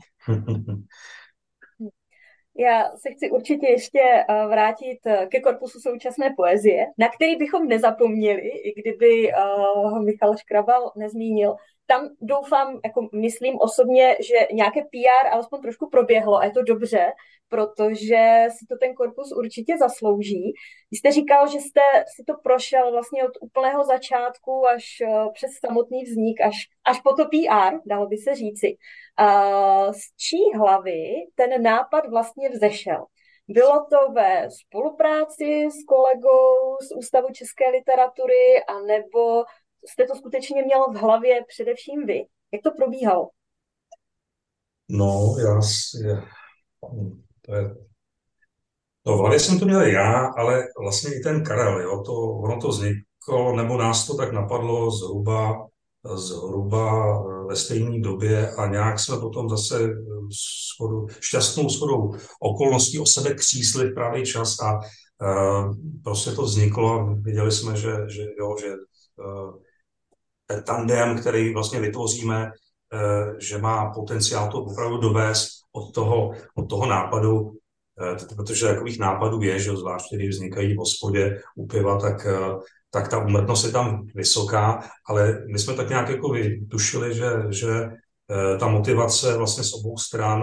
Já se chci určitě ještě vrátit ke korpusu současné poezie, na který bychom nezapomněli, i kdyby uh, Michal Škrabal nezmínil. Tam doufám, jako myslím osobně, že nějaké P R alespoň trošku proběhlo a je to dobře, protože si to ten korpus určitě zaslouží. Vy jste říkal, že jste si to prošel vlastně od úplného začátku až uh, přes samotný vznik, až, až po to P R, dalo by se říci. Uh, z čí hlavy ten nápad vlastně vzešel? Bylo to ve spolupráci s kolegou z Ústavu české literatury, anebo jste to skutečně měl v hlavě především vy? Jak to probíhalo? No, já si... To je... No, v hlavě jsem to měl já, ale vlastně i ten Karel, jo, to, ono to vzniklo, nebo nás to tak napadlo zhruba zhruba ve stejné době a nějak jsme potom zase shodu, šťastnou shodou okolností o sebe křísli v pravý čas a uh, prostě to vzniklo a viděli jsme, že, že, jo, že uh, ten tandem, který vlastně vytvoříme, uh, že má potenciál to opravdu dovést od toho, od toho nápadu, uh, protože takových nápadů je, že zvlášť, když vznikají v hospodě u piva, tak uh, tak ta úmrtnost je tam vysoká, ale my jsme tak nějak jako vytušili, že, že ta motivace vlastně z obou stran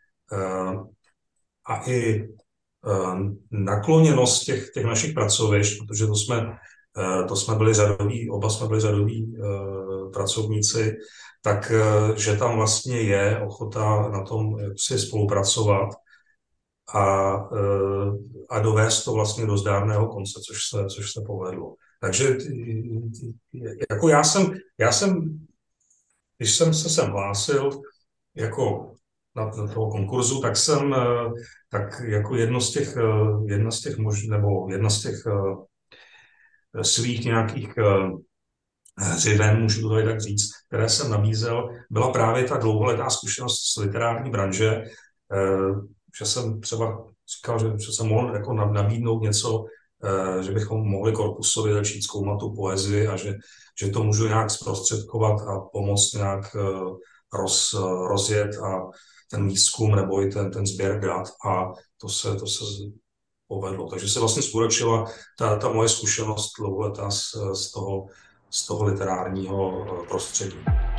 a i nakloněnost těch, těch našich pracovišť, protože to jsme, to jsme byli řadoví, oba jsme byli řadoví pracovníci, tak že tam vlastně je ochota na tom si spolupracovat a, a dovést to vlastně do zdárného konce, což se, což se povedlo. Takže jako já jsem, já jsem, když jsem se sem hlásil jako na, na toho konkurzu, tak jsem tak jako jedno z těch, jedna z těch mož, nebo jedna z těch svých nějakých hřiven, můžu to tady tak říct, které jsem nabízel, byla právě ta dlouholetá zkušenost z literární branže, že jsem třeba říkal, že, že jsem mohl jako nabídnout něco, že bychom mohli korpusovi začít zkoumat tu poezii a že, že to můžu nějak zprostředkovat a pomoct nějak roz, rozjet a ten výzkum nebo i ten, ten sběr dat a to se, to se povedlo. Takže se vlastně skutečila ta, ta moje zkušenost dlouholetá z, z, toho, z toho literárního prostředí.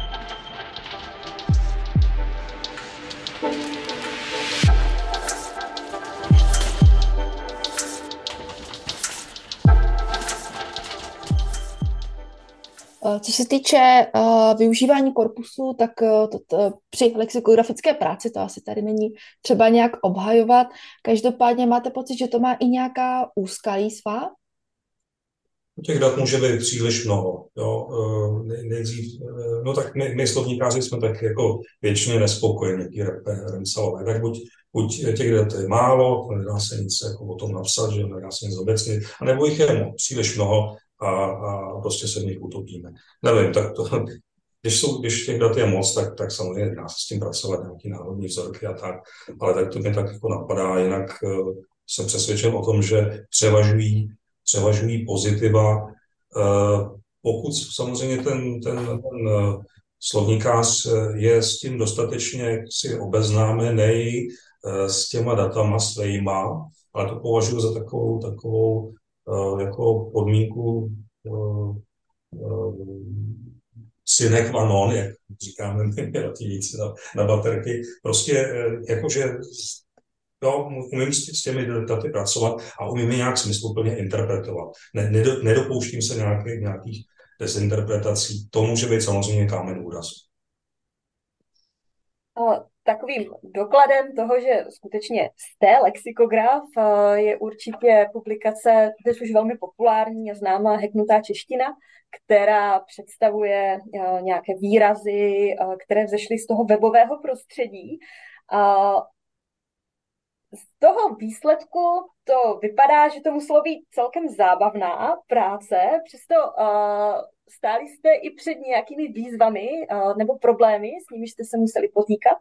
Co se týče uh, využívání korpusu, tak uh, to, to, při lexikografické práci to asi tady není třeba nějak obhajovat. Každopádně máte pocit, že to má i nějaká úskalí svá? Těch dat může být příliš mnoho. Jo. Nejdřív, no tak my, my slovníkáři jsme tak jako většině nespokojení, remsalové. Tak buď, buď těch dat je málo, nedá se nic jako o tom napsat, že nedá se nic obecnit, anebo jich je příliš mnoho a, a prostě se v nich utopíme. Nevím, tak to, když, jsou, když těch dat je moc, tak, tak samozřejmě dá se s tím pracovat, nějaký náhodní vzorky a tak, ale tak to mě tak jako napadá, jinak uh, jsem přesvědčen o tom, že převažují převažují pozitiva. Pokud samozřejmě ten, ten, ten slovníkář je s tím dostatečně si obeznámený s těma datama svýma, ale to považuji za takovou, takovou jako podmínku sine qua non, jak říkáme my latiníci na, na baterky. Prostě jakože jo, umím s těmi daty pracovat a umím je nějak smysluplně interpretovat. Nedopouštím se nějakých, nějakých dezinterpretací. To může být samozřejmě kámen úrazu. Takovým dokladem toho, že skutečně jste lexikograf, je určitě publikace, dnes už velmi populární a známá Hacknutá čeština, která představuje nějaké výrazy, které vzešly z toho webového prostředí. Z toho výsledku to vypadá, že to muselo být celkem zábavná práce, přesto uh, stáli jste i před nějakými výzvami uh, nebo problémy, s nimi jste se museli potýkat?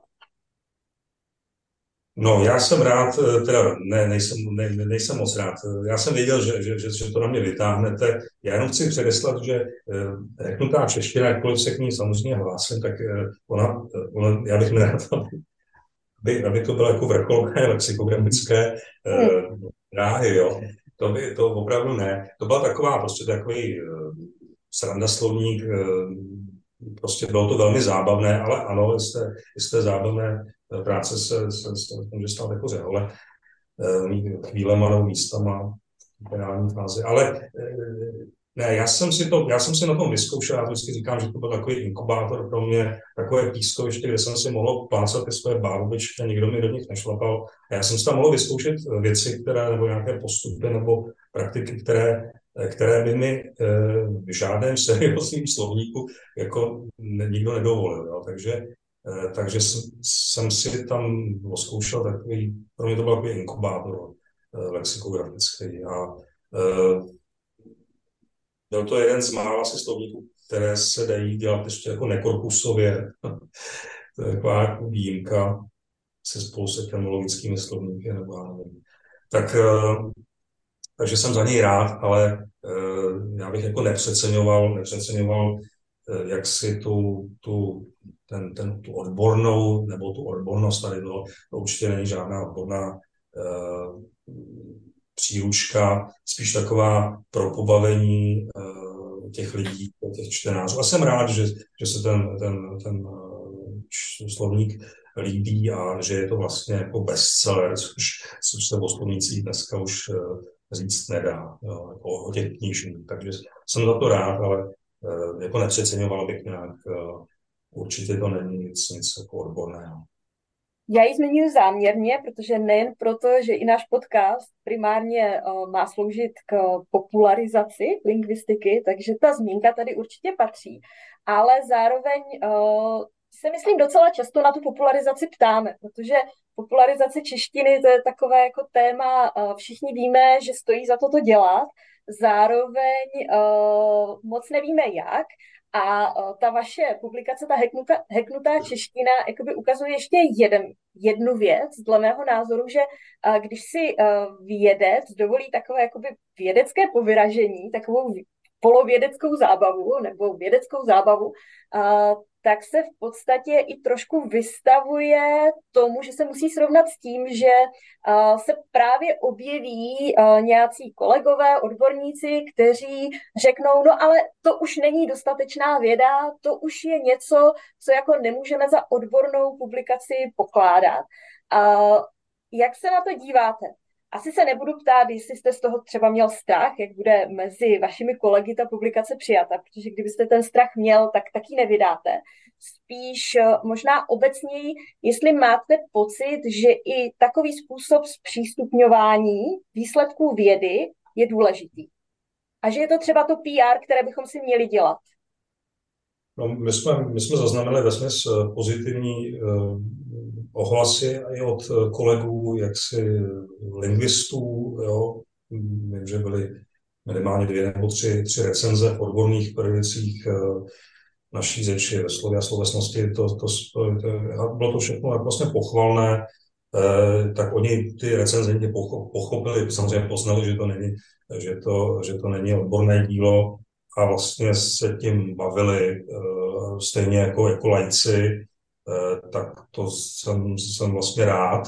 No, já jsem rád, teda ne, nejsem, ne, nejsem moc rád. Já jsem věděl, že, že, že, že to na mě vytáhnete. Já jenom chci předeslat, že Hacknutá čeština, jakkoliv se k ní samozřejmě hlásím, tak ona, ona já bych nerad, aby, aby to bylo jako vrcholné lexikografické uh, dráhy, jo. To by, to opravdu ne. To byla taková, prostě takový uh, srandaslovník, uh, prostě bylo to velmi zábavné, ale ano, z té, z té zábavné práce se, se, se může stát jako řehole, uh, chvílema nebo místama v finální fázi. Ale uh, ne, já jsem, si to, já jsem si na tom vyzkoušel, já to vždycky říkám, že to byl takový inkubátor pro mě, takové pískoviště, kde jsem si mohl plácat ty své barvičky a nikdo mi do nich nešlapal. A já jsem si tam mohl vyzkoušet věci, které, nebo nějaké postupy, nebo praktiky, které, které by mi e, v žádném seriózním slovníku jako nikdo nedovolil. Jo. Takže, e, takže jsem, jsem si tam zkoušel takový, pro mě to byl takový inkubátor e, lexikografický. A e, Byl to jeden z mála asi slovníků, které se dají dělat ještě jako nekorpusově. To je taková jako výjimka se spolu s etymologickými slovníky, nebo já nevím. Tak, eh, takže jsem za něj rád, ale eh, já bych jako nepřeceňoval, nepřeceňoval eh, jak si tu, tu, ten, ten, tu odbornou, nebo tu odbornost tady bylo, to určitě není žádná odborná eh, příručka, spíš taková pro pobavení eh, těch lidí, těch čtenářů. A jsem rád, že, že se ten, ten, ten eh, slovník líbí a že je to vlastně jako bestseller, což, což se o slovnících dneska už eh, říct nedá, jo, jako o těch knižních. Takže jsem za to rád, ale eh, jako nepřeceňoval bych nějak, eh, určitě to není nic, nic jako odborného. Já ji zmiňuji záměrně, protože nejen proto, že i náš podcast primárně uh, má sloužit k popularizaci lingvistiky, takže ta zmínka tady určitě patří, ale zároveň uh, se myslím docela často na tu popularizaci ptáme, protože popularizace češtiny to je takové jako téma, uh, všichni víme, že stojí za to to dělat, zároveň uh, moc nevíme jak. A uh, ta vaše publikace, ta heknutá, heknutá čeština, jakoby ukazuje ještě jeden, jednu věc, dle mého názoru, že uh, když si uh, vědec dovolí takové jakoby vědecké povyražení, takovou polovědeckou zábavu nebo vědeckou zábavu, uh, tak se v podstatě i trošku vystavuje tomu, že se musí srovnat s tím, že uh, se právě objeví uh, nějací kolegové, odborníci, kteří řeknou, no ale to už není dostatečná věda, to už je něco, co jako nemůžeme za odbornou publikaci pokládat. Uh, jak se na to díváte? Asi se nebudu ptát, jestli jste z toho třeba měl strach, jak bude mezi vašimi kolegy ta publikace přijata, protože kdybyste ten strach měl, tak taky nevydáte. Spíš možná obecněji, jestli máte pocit, že i takový způsob zpřístupňování výsledků vědy je důležitý. A že je to třeba to P R, které bychom si měli dělat. No, my, jsme, my jsme zaznamenali vesměs pozitivní uh, ohlasy i od kolegů, jaksi lingvistů, jo. Vím, že byly minimálně dvě nebo tři, tři recenze v odborných periodicích uh, naší řeči ve slově a slovesnosti. To, to, to, to, bylo to všechno vlastně pochvalné, uh, tak oni ty recenzenti pochopili, samozřejmě poznali, že to není, že to, že to není odborné dílo, a vlastně se tím bavili uh, stejně jako, jako laici, uh, tak to jsem, jsem vlastně rád.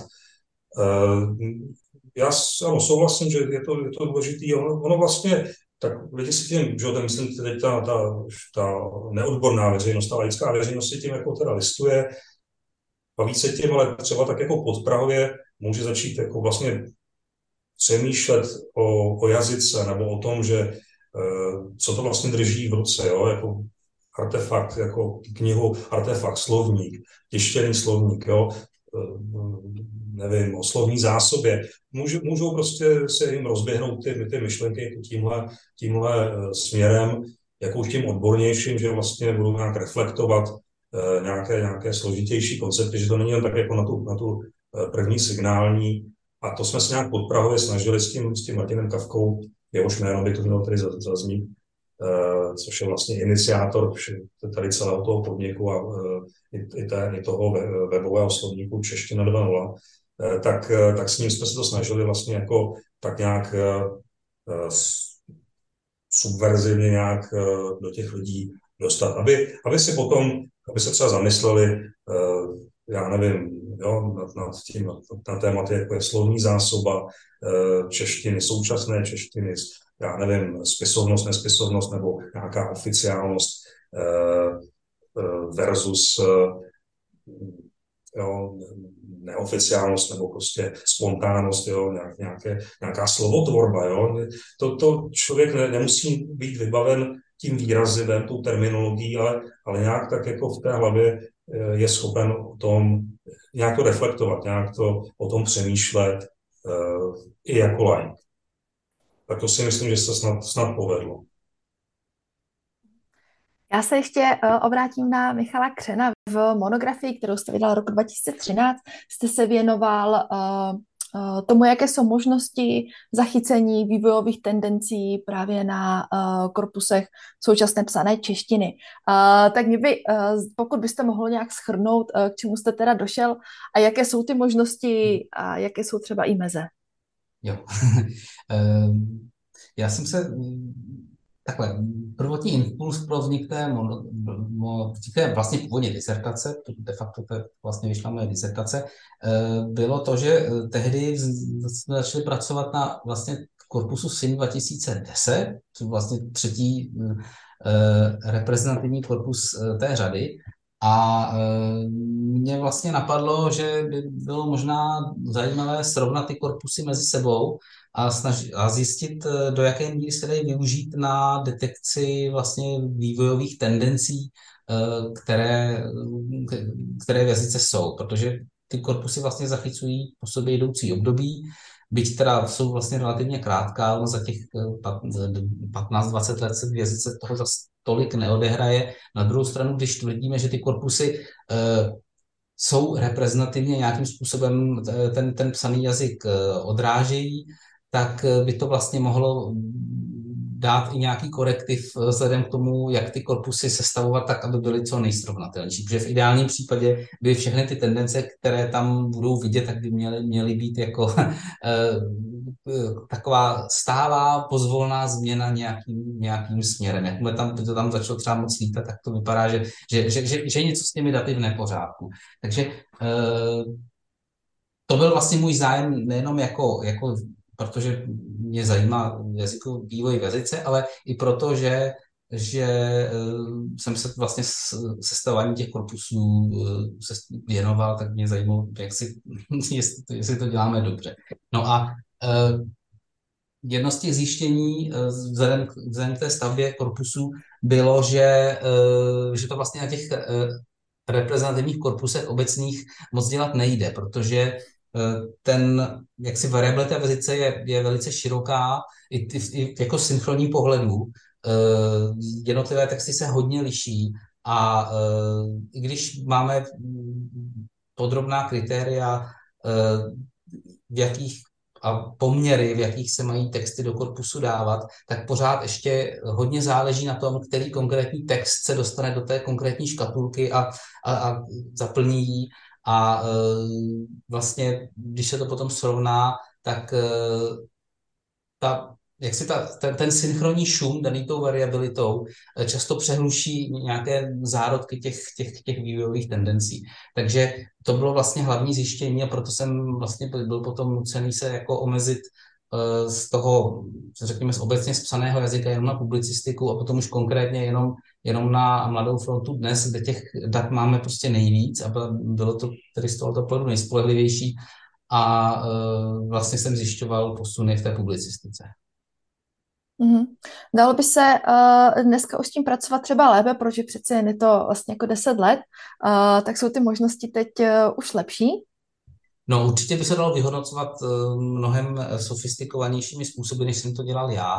Uh, já ano, souhlasím, že je to, je to důležitý. Ono, ono vlastně, tak lidi si tím, že myslím, teď ta, ta, ta neodborná veřejnost, ta laická veřejnost si tím jako teda listuje, baví se tím, ale třeba tak jako podprahově může začít jako vlastně přemýšlet o, o jazyce nebo o tom, že co to vlastně drží v ruce, jo? Jako artefakt, jako knihu, artefakt, slovník, tištěný slovník, jo? Nevím, o slovní zásobě. Můžou, můžou prostě se jim rozběhnout ty, ty myšlenky tímhle, tímhle směrem, jako už tím odbornějším, že vlastně budou nějak reflektovat eh, nějaké, nějaké složitější koncepty, že to není jen tak jako na tu, na tu první signální. A to jsme se nějak podprahově snažili s tím, s tím Martinem Kafkou, jehož jméno by to mělo tady zaznít, uh, což je vlastně iniciátor tady celého toho podniku a uh, i, i, té, i toho webového slovníku Čeština dva tečka nula, uh, tak, uh, tak s ním jsme se to snažili vlastně jako tak nějak uh, subverzivně nějak uh, do těch lidí dostat, aby, aby si potom, aby se třeba zamysleli, uh, já nevím, jo, nad, nad tím, na tématy, jako je slovní zásoba, češtiny, současné češtiny, já nevím, spisovnost, nespisovnost nebo nějaká oficiálnost versus jo, neoficiálnost nebo prostě spontánnost, jo, nějaké, nějaká slovotvorba. Jo. To, to člověk ne, nemusí být vybaven tím výrazivem, tou terminologií, ale, ale nějak tak jako v té hlavě je schopen o tom nějak to reflektovat, nějak to o tom přemýšlet uh, i jako laik. Tak to si myslím, že se snad, snad povedlo. Já se ještě uh, obrátím na Michala Křena. V monografii, kterou jste vydal roku dva tisíce třináct, jste se věnoval uh, uh, tomu, jaké jsou možnosti zachycení vývojových tendencí právě na uh, korpusech současné psané češtiny. Uh, tak mě by, uh, pokud byste mohl nějak shrnout, uh, k čemu jste teda došel a jaké jsou ty možnosti a jaké jsou třeba i meze. Jo. Ehm, Já jsem se takhle, prvotní impuls pro vznik té, mono, mo, vznik té vlastně původně disertace, de facto to vlastně vyšla moje disertace, bylo to, že tehdy jsme začali pracovat na vlastně korpusu S I N dva tisíce deset, což vlastně třetí reprezentativní korpus té řady. A mě vlastně napadlo, že by bylo možná zajímavé srovnat ty korpusy mezi sebou a, snaž, a zjistit, do jaké míry se dají využít na detekci vlastně vývojových tendencí, které, které v jazyce jsou, protože ty korpusy vlastně zachycují po sobě jdoucí období, byť teda jsou vlastně relativně krátká, no za těch patnáct dvacet let se v jazyce toho zase tolik neodehraje. Na druhou stranu, když tvrdíme, že ty korpusy uh, jsou reprezentativně nějakým způsobem ten, ten psaný jazyk uh, odrážejí, tak by to vlastně mohlo dát i nějaký korektiv vzhledem k tomu, jak ty korpusy sestavovat tak, aby byly co nejsrovnatelnější. Protože v ideálním případě by všechny ty tendence, které tam budou vidět, tak by měly, měly být jako taková stálá, pozvolná změna nějakým, nějakým směrem. Jakmile tam, by to tam začalo třeba moc lítat, tak to vypadá, že, že, že, že, že něco s těmi daty v nepořádku. Takže to byl vlastně můj zájem nejenom jako, jako protože mě zajímá jazykový vývoj v jazyce, ale i proto, že, že jsem se vlastně sestavování těch korpusů se věnoval, tak mě zajímalo, jak si, jestli, to, jestli to děláme dobře. No a jedno z těch zjištění vzhledem, vzhledem k té stavbě korpusů bylo, že, že to vlastně na těch reprezentativních korpusech obecných moc dělat nejde, protože ten, jaksi variabilita v jazyce je, je velice široká, i, i, i jako synchronní pohledu. Jednotlivé texty se hodně liší a i když máme podrobná kritéria, v jakých a poměry, v jakých se mají texty do korpusu dávat, tak pořád ještě hodně záleží na tom, který konkrétní text se dostane do té konkrétní škatulky a, a, a zaplní ji. A e, vlastně, když se to potom srovná, tak e, ta, jak si ta, ten, ten synchronní šum daný tou variabilitou e, často přehluší nějaké zárodky těch, těch, těch vývojových tendencí. Takže to bylo vlastně hlavní zjištění a proto jsem vlastně byl potom nucený se jako omezit e, z toho, řekněme, z obecně z psaného jazyka jenom na publicistiku a potom už konkrétně jenom jenom na Mladou frontu Dnes, kde těch dat máme prostě nejvíc a bylo to tedy z tohoto pohledu nejspolehlivější a e, vlastně jsem zjišťoval posuny v té publicistice. Mm-hmm. Dalo by se uh, dneska už s tím pracovat třeba lépe, protože přece jen je to vlastně jako deset let, uh, tak jsou ty možnosti teď uh, už lepší? No určitě by se dalo vyhodnocovat uh, mnohem sofistikovanějšími způsoby, než jsem to dělal já.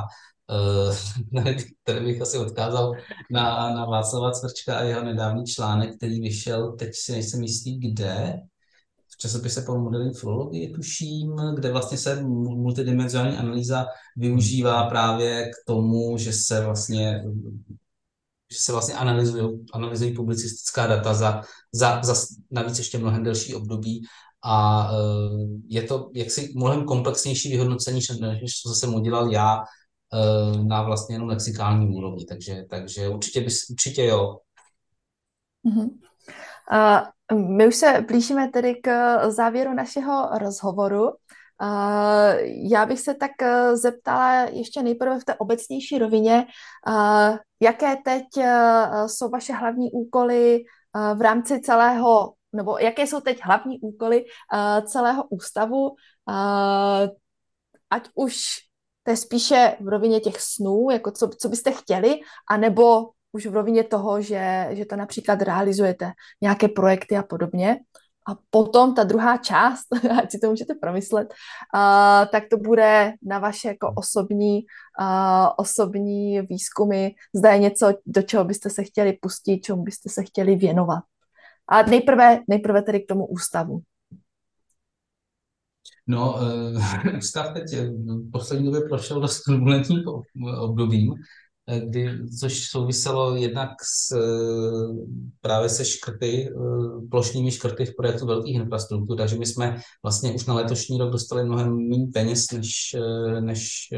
Tady bych asi odkázal na, na Václava Cvrčka a jeho nedávný článek, který vyšel, teď si nejsem jistý, kde, v časopise pro moderní filologii, tuším, kde vlastně se multidimenzionální analýza využívá právě k tomu, že se vlastně že se vlastně analyzují, analyzují publicistická data za, za, za navíc ještě mnohem delší období a je to jaksi mnohem komplexnější vyhodnocení, než co jsem udělal já na vlastně jenom lexikální úrovni, takže, takže určitě, bys, určitě jo. Uh-huh. Uh, my už se blížíme tedy k závěru našeho rozhovoru. Uh, já bych se tak zeptala ještě nejprve v té obecnější rovině, uh, jaké teď uh, jsou vaše hlavní úkoly uh, v rámci celého, nebo jaké jsou teď hlavní úkoly uh, celého ústavu, uh, ať už to je spíše v rovině těch snů, jako co, co byste chtěli, anebo už v rovině toho, že, že to například realizujete nějaké projekty a podobně. A potom ta druhá část, ať si to můžete promyslet, uh, tak to bude na vaše jako osobní, uh, osobní výzkumy, zda je něco, do čeho byste se chtěli pustit, čemu byste se chtěli věnovat. A nejprve, nejprve tedy k tomu ústavu. No, uh, ústav teď v poslední době prošel dost turbulentním obdobím, kdy, což souviselo jednak s, právě se škrty, plošnými škrty v projektu velkých infrastruktur, takže my jsme vlastně už na letošní rok dostali mnohem méně peněz, než, než,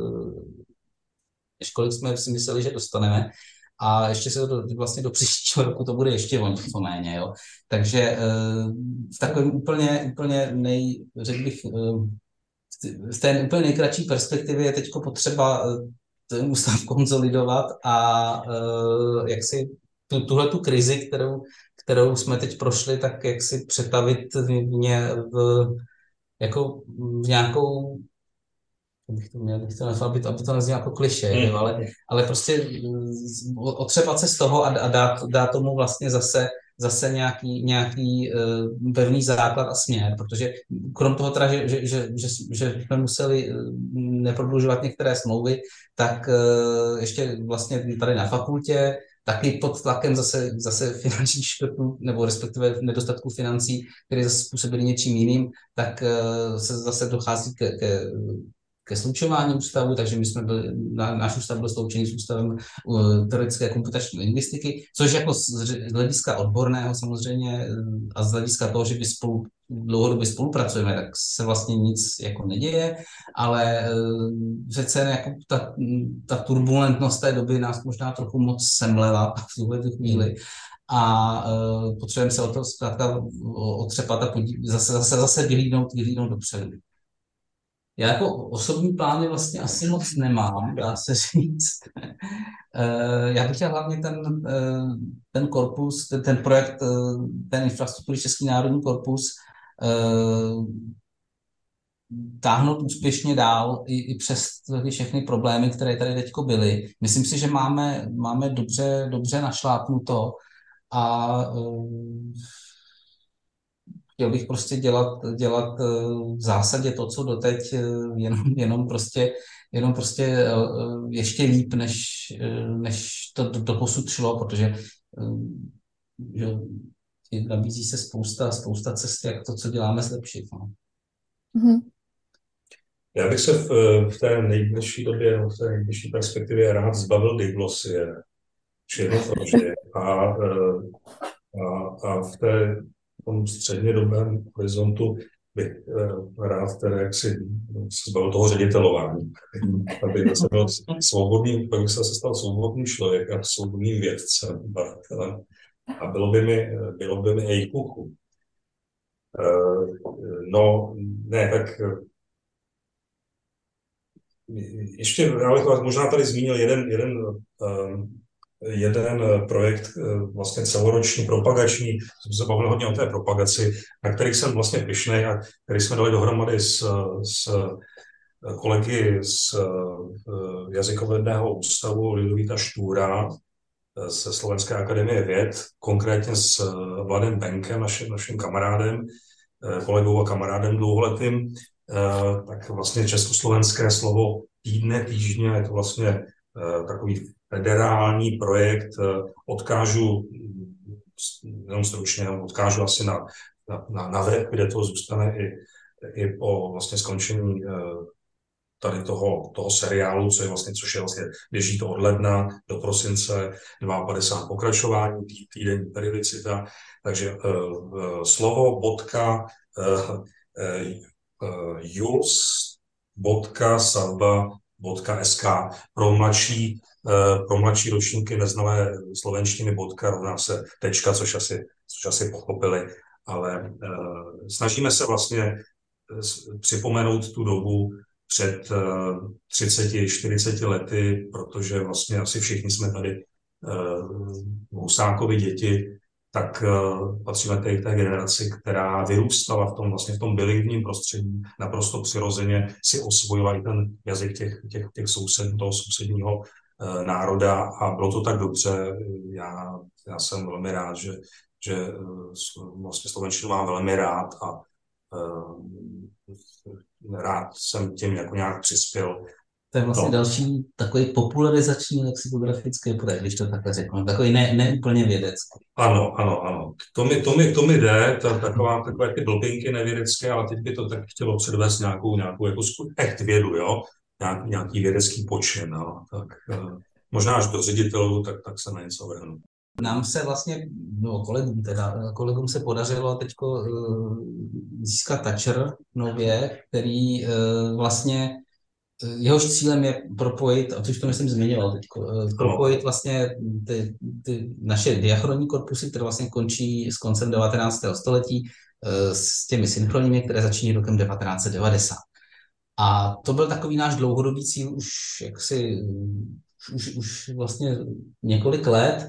než kolik jsme si mysleli, že dostaneme. A ještě se do, vlastně do příštího roku to bude ještě o něco méně. Jo. Takže v takovém úplně, úplně nej, řekl bych, v té úplně nejkratší perspektivě je teď potřeba ten ústav konsolidovat a jak si tu, tuhle tu krizi, kterou, kterou jsme teď prošli, tak jak si přetavit v, v, jako v nějakou, bych to měl, bych to nazval, aby to, aby to neznělo jako klišé, mm. ale, ale prostě otřepat se z toho a, a dát, dát tomu vlastně zase zase nějaký, nějaký uh, pevný základ a směr, protože krom toho teda, že, že, že, že, že jsme museli neprodlužovat některé smlouvy, tak uh, ještě vlastně tady na fakultě, taky pod tlakem zase, zase finančních škrtů, nebo respektive nedostatku financí, které zase způsobily něčím jiným, tak uh, se zase dochází ke, ke ke slučování ústavu, takže my jsme byli, náš ústav byl sloučený s ústavem uh, teoretické a komputační lingvistiky, což jako z, z hlediska odborného samozřejmě a z hlediska toho, že by spolu, dlouhodobě spolupracujeme, tak se vlastně nic jako neděje, ale uh, přece jako ta, ta turbulentnost té doby nás možná trochu moc semlela v tuhle chvíli. A uh, potřebujeme se o to zkrátka otřepat a podí- zase, zase, zase vyhlídnout, vyhlídnout dopředu. Já jako osobní plány vlastně asi moc nemám, dá se říct. Já bych chtěl hlavně ten, ten korpus, ten, ten projekt, ten infrastruktury Český národní korpus táhnout úspěšně dál i, i přes ty všechny problémy, které tady teďko byly. Myslím si, že máme, máme dobře, dobře našlápnuto a chtěl bych prostě dělat, dělat v zásadě to, co doteď, jenom, jenom prostě, jenom prostě ještě líp, než, než to doposud šlo, protože že, nabízí se spousta, spousta cest, jak to, co děláme, zlepšit. No. Mm-hmm. Já bych se v, v té nejbližší době, v té nejbližší perspektivě rád zbavil diglosie, černocorožně a, a, a v té v tom střednědobém horizontu bych uh, rád teda jaksi se zbavil toho ředitelování. Aby se byl svobodný, aby se stal svobodný člověk a svobodným vědcem, badatelem. A bylo by mi, bylo by mi ejkuchu. Uh, no, ne, tak ještě, já bych možná tady zmínil jeden, jeden uh, jeden projekt, vlastně celoroční, propagační, jsem se bavil hodně o té propagaci, na kterých jsem vlastně pyšnej a který jsme dali dohromady s, s kolegy z jazykovědného ústavu Lidovíta Štúra ze Slovenské akademie věd, konkrétně s Vladem Benkem, naším, naším kamarádem, kolegou a kamarádem dlouholetým, tak vlastně československé slovo týdne, týždně, je to vlastně takový federální projekt, odkážu, jenom stručně, odkážu asi na, na, na web, kde to zůstane i, i po vlastně skončení tady toho, toho seriálu, co je vlastně, což je vlastně, běží to od ledna do prosince, padesát dva pokračování, tý, týdenní periodicita, takže uh, slovo, bodka, uh, uh, juls, bodka, salba, .sk. Pro mladší, pro mladší ročníky neznalé slovenštiny bodka rovná se tečka, což asi, což asi pochopili, ale uh, snažíme se vlastně připomenout tu dobu před uh, třiceti čtyřiceti lety, protože vlastně asi všichni jsme tady uh, Husákovi děti, tak uh, patříme té, té generaci, která vyrůstala v tom vlastně v tom bilingvním prostředí, naprosto přirozeně si osvojovala i ten jazyk těch, těch, těch soused, toho sousedního uh, národa a bylo to tak dobře. Já, já jsem velmi rád, že, že uh, vlastně slovenštinu mám velmi rád a uh, rád jsem tím jako nějak přispěl To je vlastně No. další takový popularizační lexikografický projekt, když to takhle řeknu. Takový ne, ne úplně vědecký. Ano, ano, ano. To mi, to mi, to mi jde, ta, taková, takové ty blbinky nevědecké, ale teď by to tak chtělo předvést nějakou, nějakou jako sku- echt vědu, jo? Nějak, nějaký vědecký počin, no? Tak eh, možná až do ředitelů, tak, tak se na něco vrhnu. Nám se vlastně, no kolegům teda, kolegům se podařilo teďko uh, získat Thatcher nově, který uh, vlastně jehož cílem je propojit, a to už to myslím zmiňoval teď, propojit vlastně ty, ty naše diachronní korpusy, které vlastně končí s koncem devatenáctého století, s těmi synchronními, které začínají rokem devatenáct set devadesát. A to byl takový náš dlouhodobý cíl už jaksi, už, už vlastně několik let.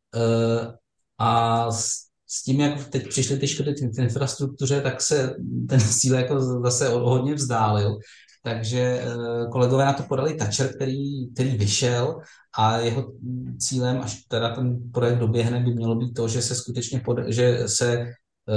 A s, s tím, jak teď přišly ty škody v infrastruktuře, tak se ten cíl jako zase hodně vzdálil. Takže kolegové na to podali Thatcher, který, který vyšel a jeho cílem, až teda ten projekt doběhne, by mělo být to, že se skutečně, pod, že se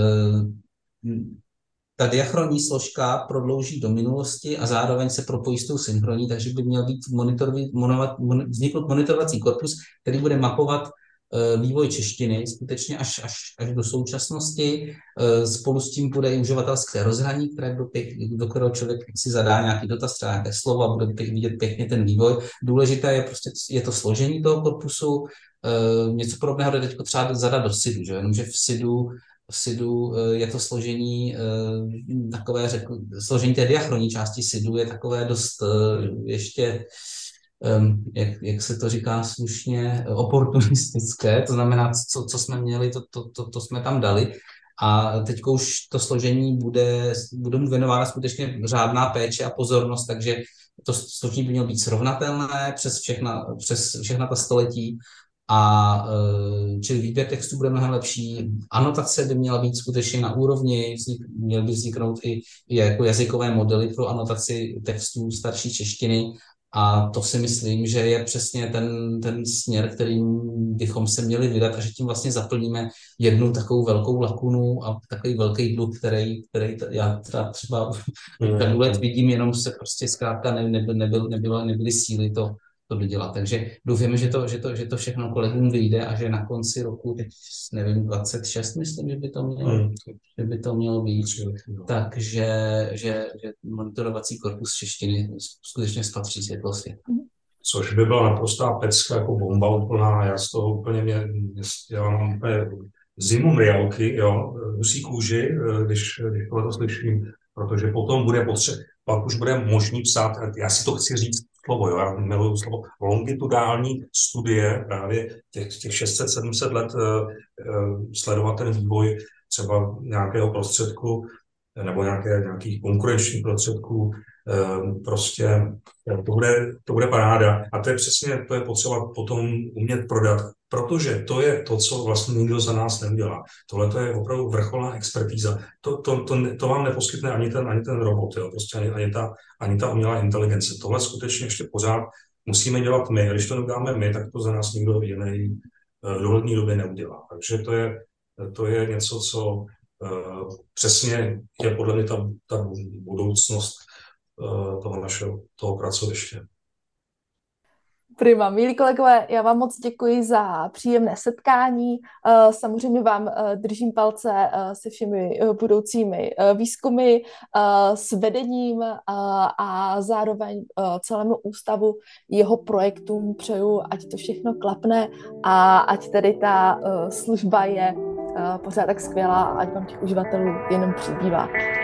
ta diachronní složka prodlouží do minulosti a zároveň se propojí s tou synchroní, takže by měl být monitorový, vznikl monitorovací korpus, který bude mapovat vývoj češtiny skutečně až, až, až do současnosti. Spolu s tím bude i uživatelské rozhraní, které do, pěk, do kterého člověk si zadá nějaký dotaz, třeba nějaké slova, bude pěk, vidět pěkně ten vývoj. Důležité je prostě je to složení toho korpusu. Něco podobného jde teď třeba zadat do SIDu, že? Jenomže v SIDu v SIDu je to složení takové, řekl, složení té diachronní části SIDu je takové dost ještě Um, jak, jak se to říká slušně, oportunistické, to znamená, co, co jsme měli, to, to, to, to jsme tam dali. A teď už to složení bude, bude mu věnována skutečně řádná péče a pozornost, takže to složení by mělo být srovnatelné přes všechna, přes všechna ta století. A čili výběr textů bude mnohem lepší. Anotace by měla být skutečně na úrovni, vznik, měly by vzniknout i, i jako jazykové modely pro anotaci textů starší češtiny. A to si myslím, že je přesně ten, ten směr, kterým bychom se měli vydat a že tím vlastně zaplníme jednu takovou velkou lakunu a takový velký dluh, který, který já teda třeba ten let vidím, jenom se prostě zkrátka ne, nebyl, nebyl, nebylo, nebyly síly to, to dodělat. Takže doufáme, že to, že, to, že to všechno kolegům vyjde a že na konci roku, teď nevím, dvacet šest myslím, že by to mělo, hmm. že by to mělo být. Takže že, že monitorovací korpus češtiny skutečně spatří světlo světa. Což by byla naprostá pecka, jako bomba úplná. Já z toho úplně mě, já mám úplně zimu mrialky, jo, husí kůži, když, když to slyším, protože potom bude potřeba, pak už bude možný psát, já si to chci říct slovo, jo, já miluju slovo, longitudální studie, právě těch, těch šest set sedm set let uh, uh, sledovat ten vývoj třeba nějakého prostředku nebo nějaké, nějakých konkurenčních prostředků, uh, prostě to bude, to bude paráda. A to je přesně, to je potřeba potom umět prodat, protože to je to, co vlastně nikdo za nás neudělá. Tohle to je opravdu vrcholná expertíza. To, to, to, to vám neposkytne ani ten, ani ten robot, jo? Prostě ani, ani, ta, ani ta umělá inteligence. Tohle skutečně ještě pořád musíme dělat my. A když to neuděláme my, tak to za nás nikdo jiný v dohledné době neudělá. Takže to je, to je něco, co uh, přesně je podle mě ta, ta budoucnost uh, toho našeho toho pracoviště. Prima. Milí kolegové, já vám moc děkuji za příjemné setkání. Samozřejmě vám držím palce se všemi budoucími výzkumy, s vedením a zároveň celému ústavu jeho projektům přeju, ať to všechno klapne a ať tedy ta služba je pořád tak skvělá, ať vám těch uživatelů jenom přibývá.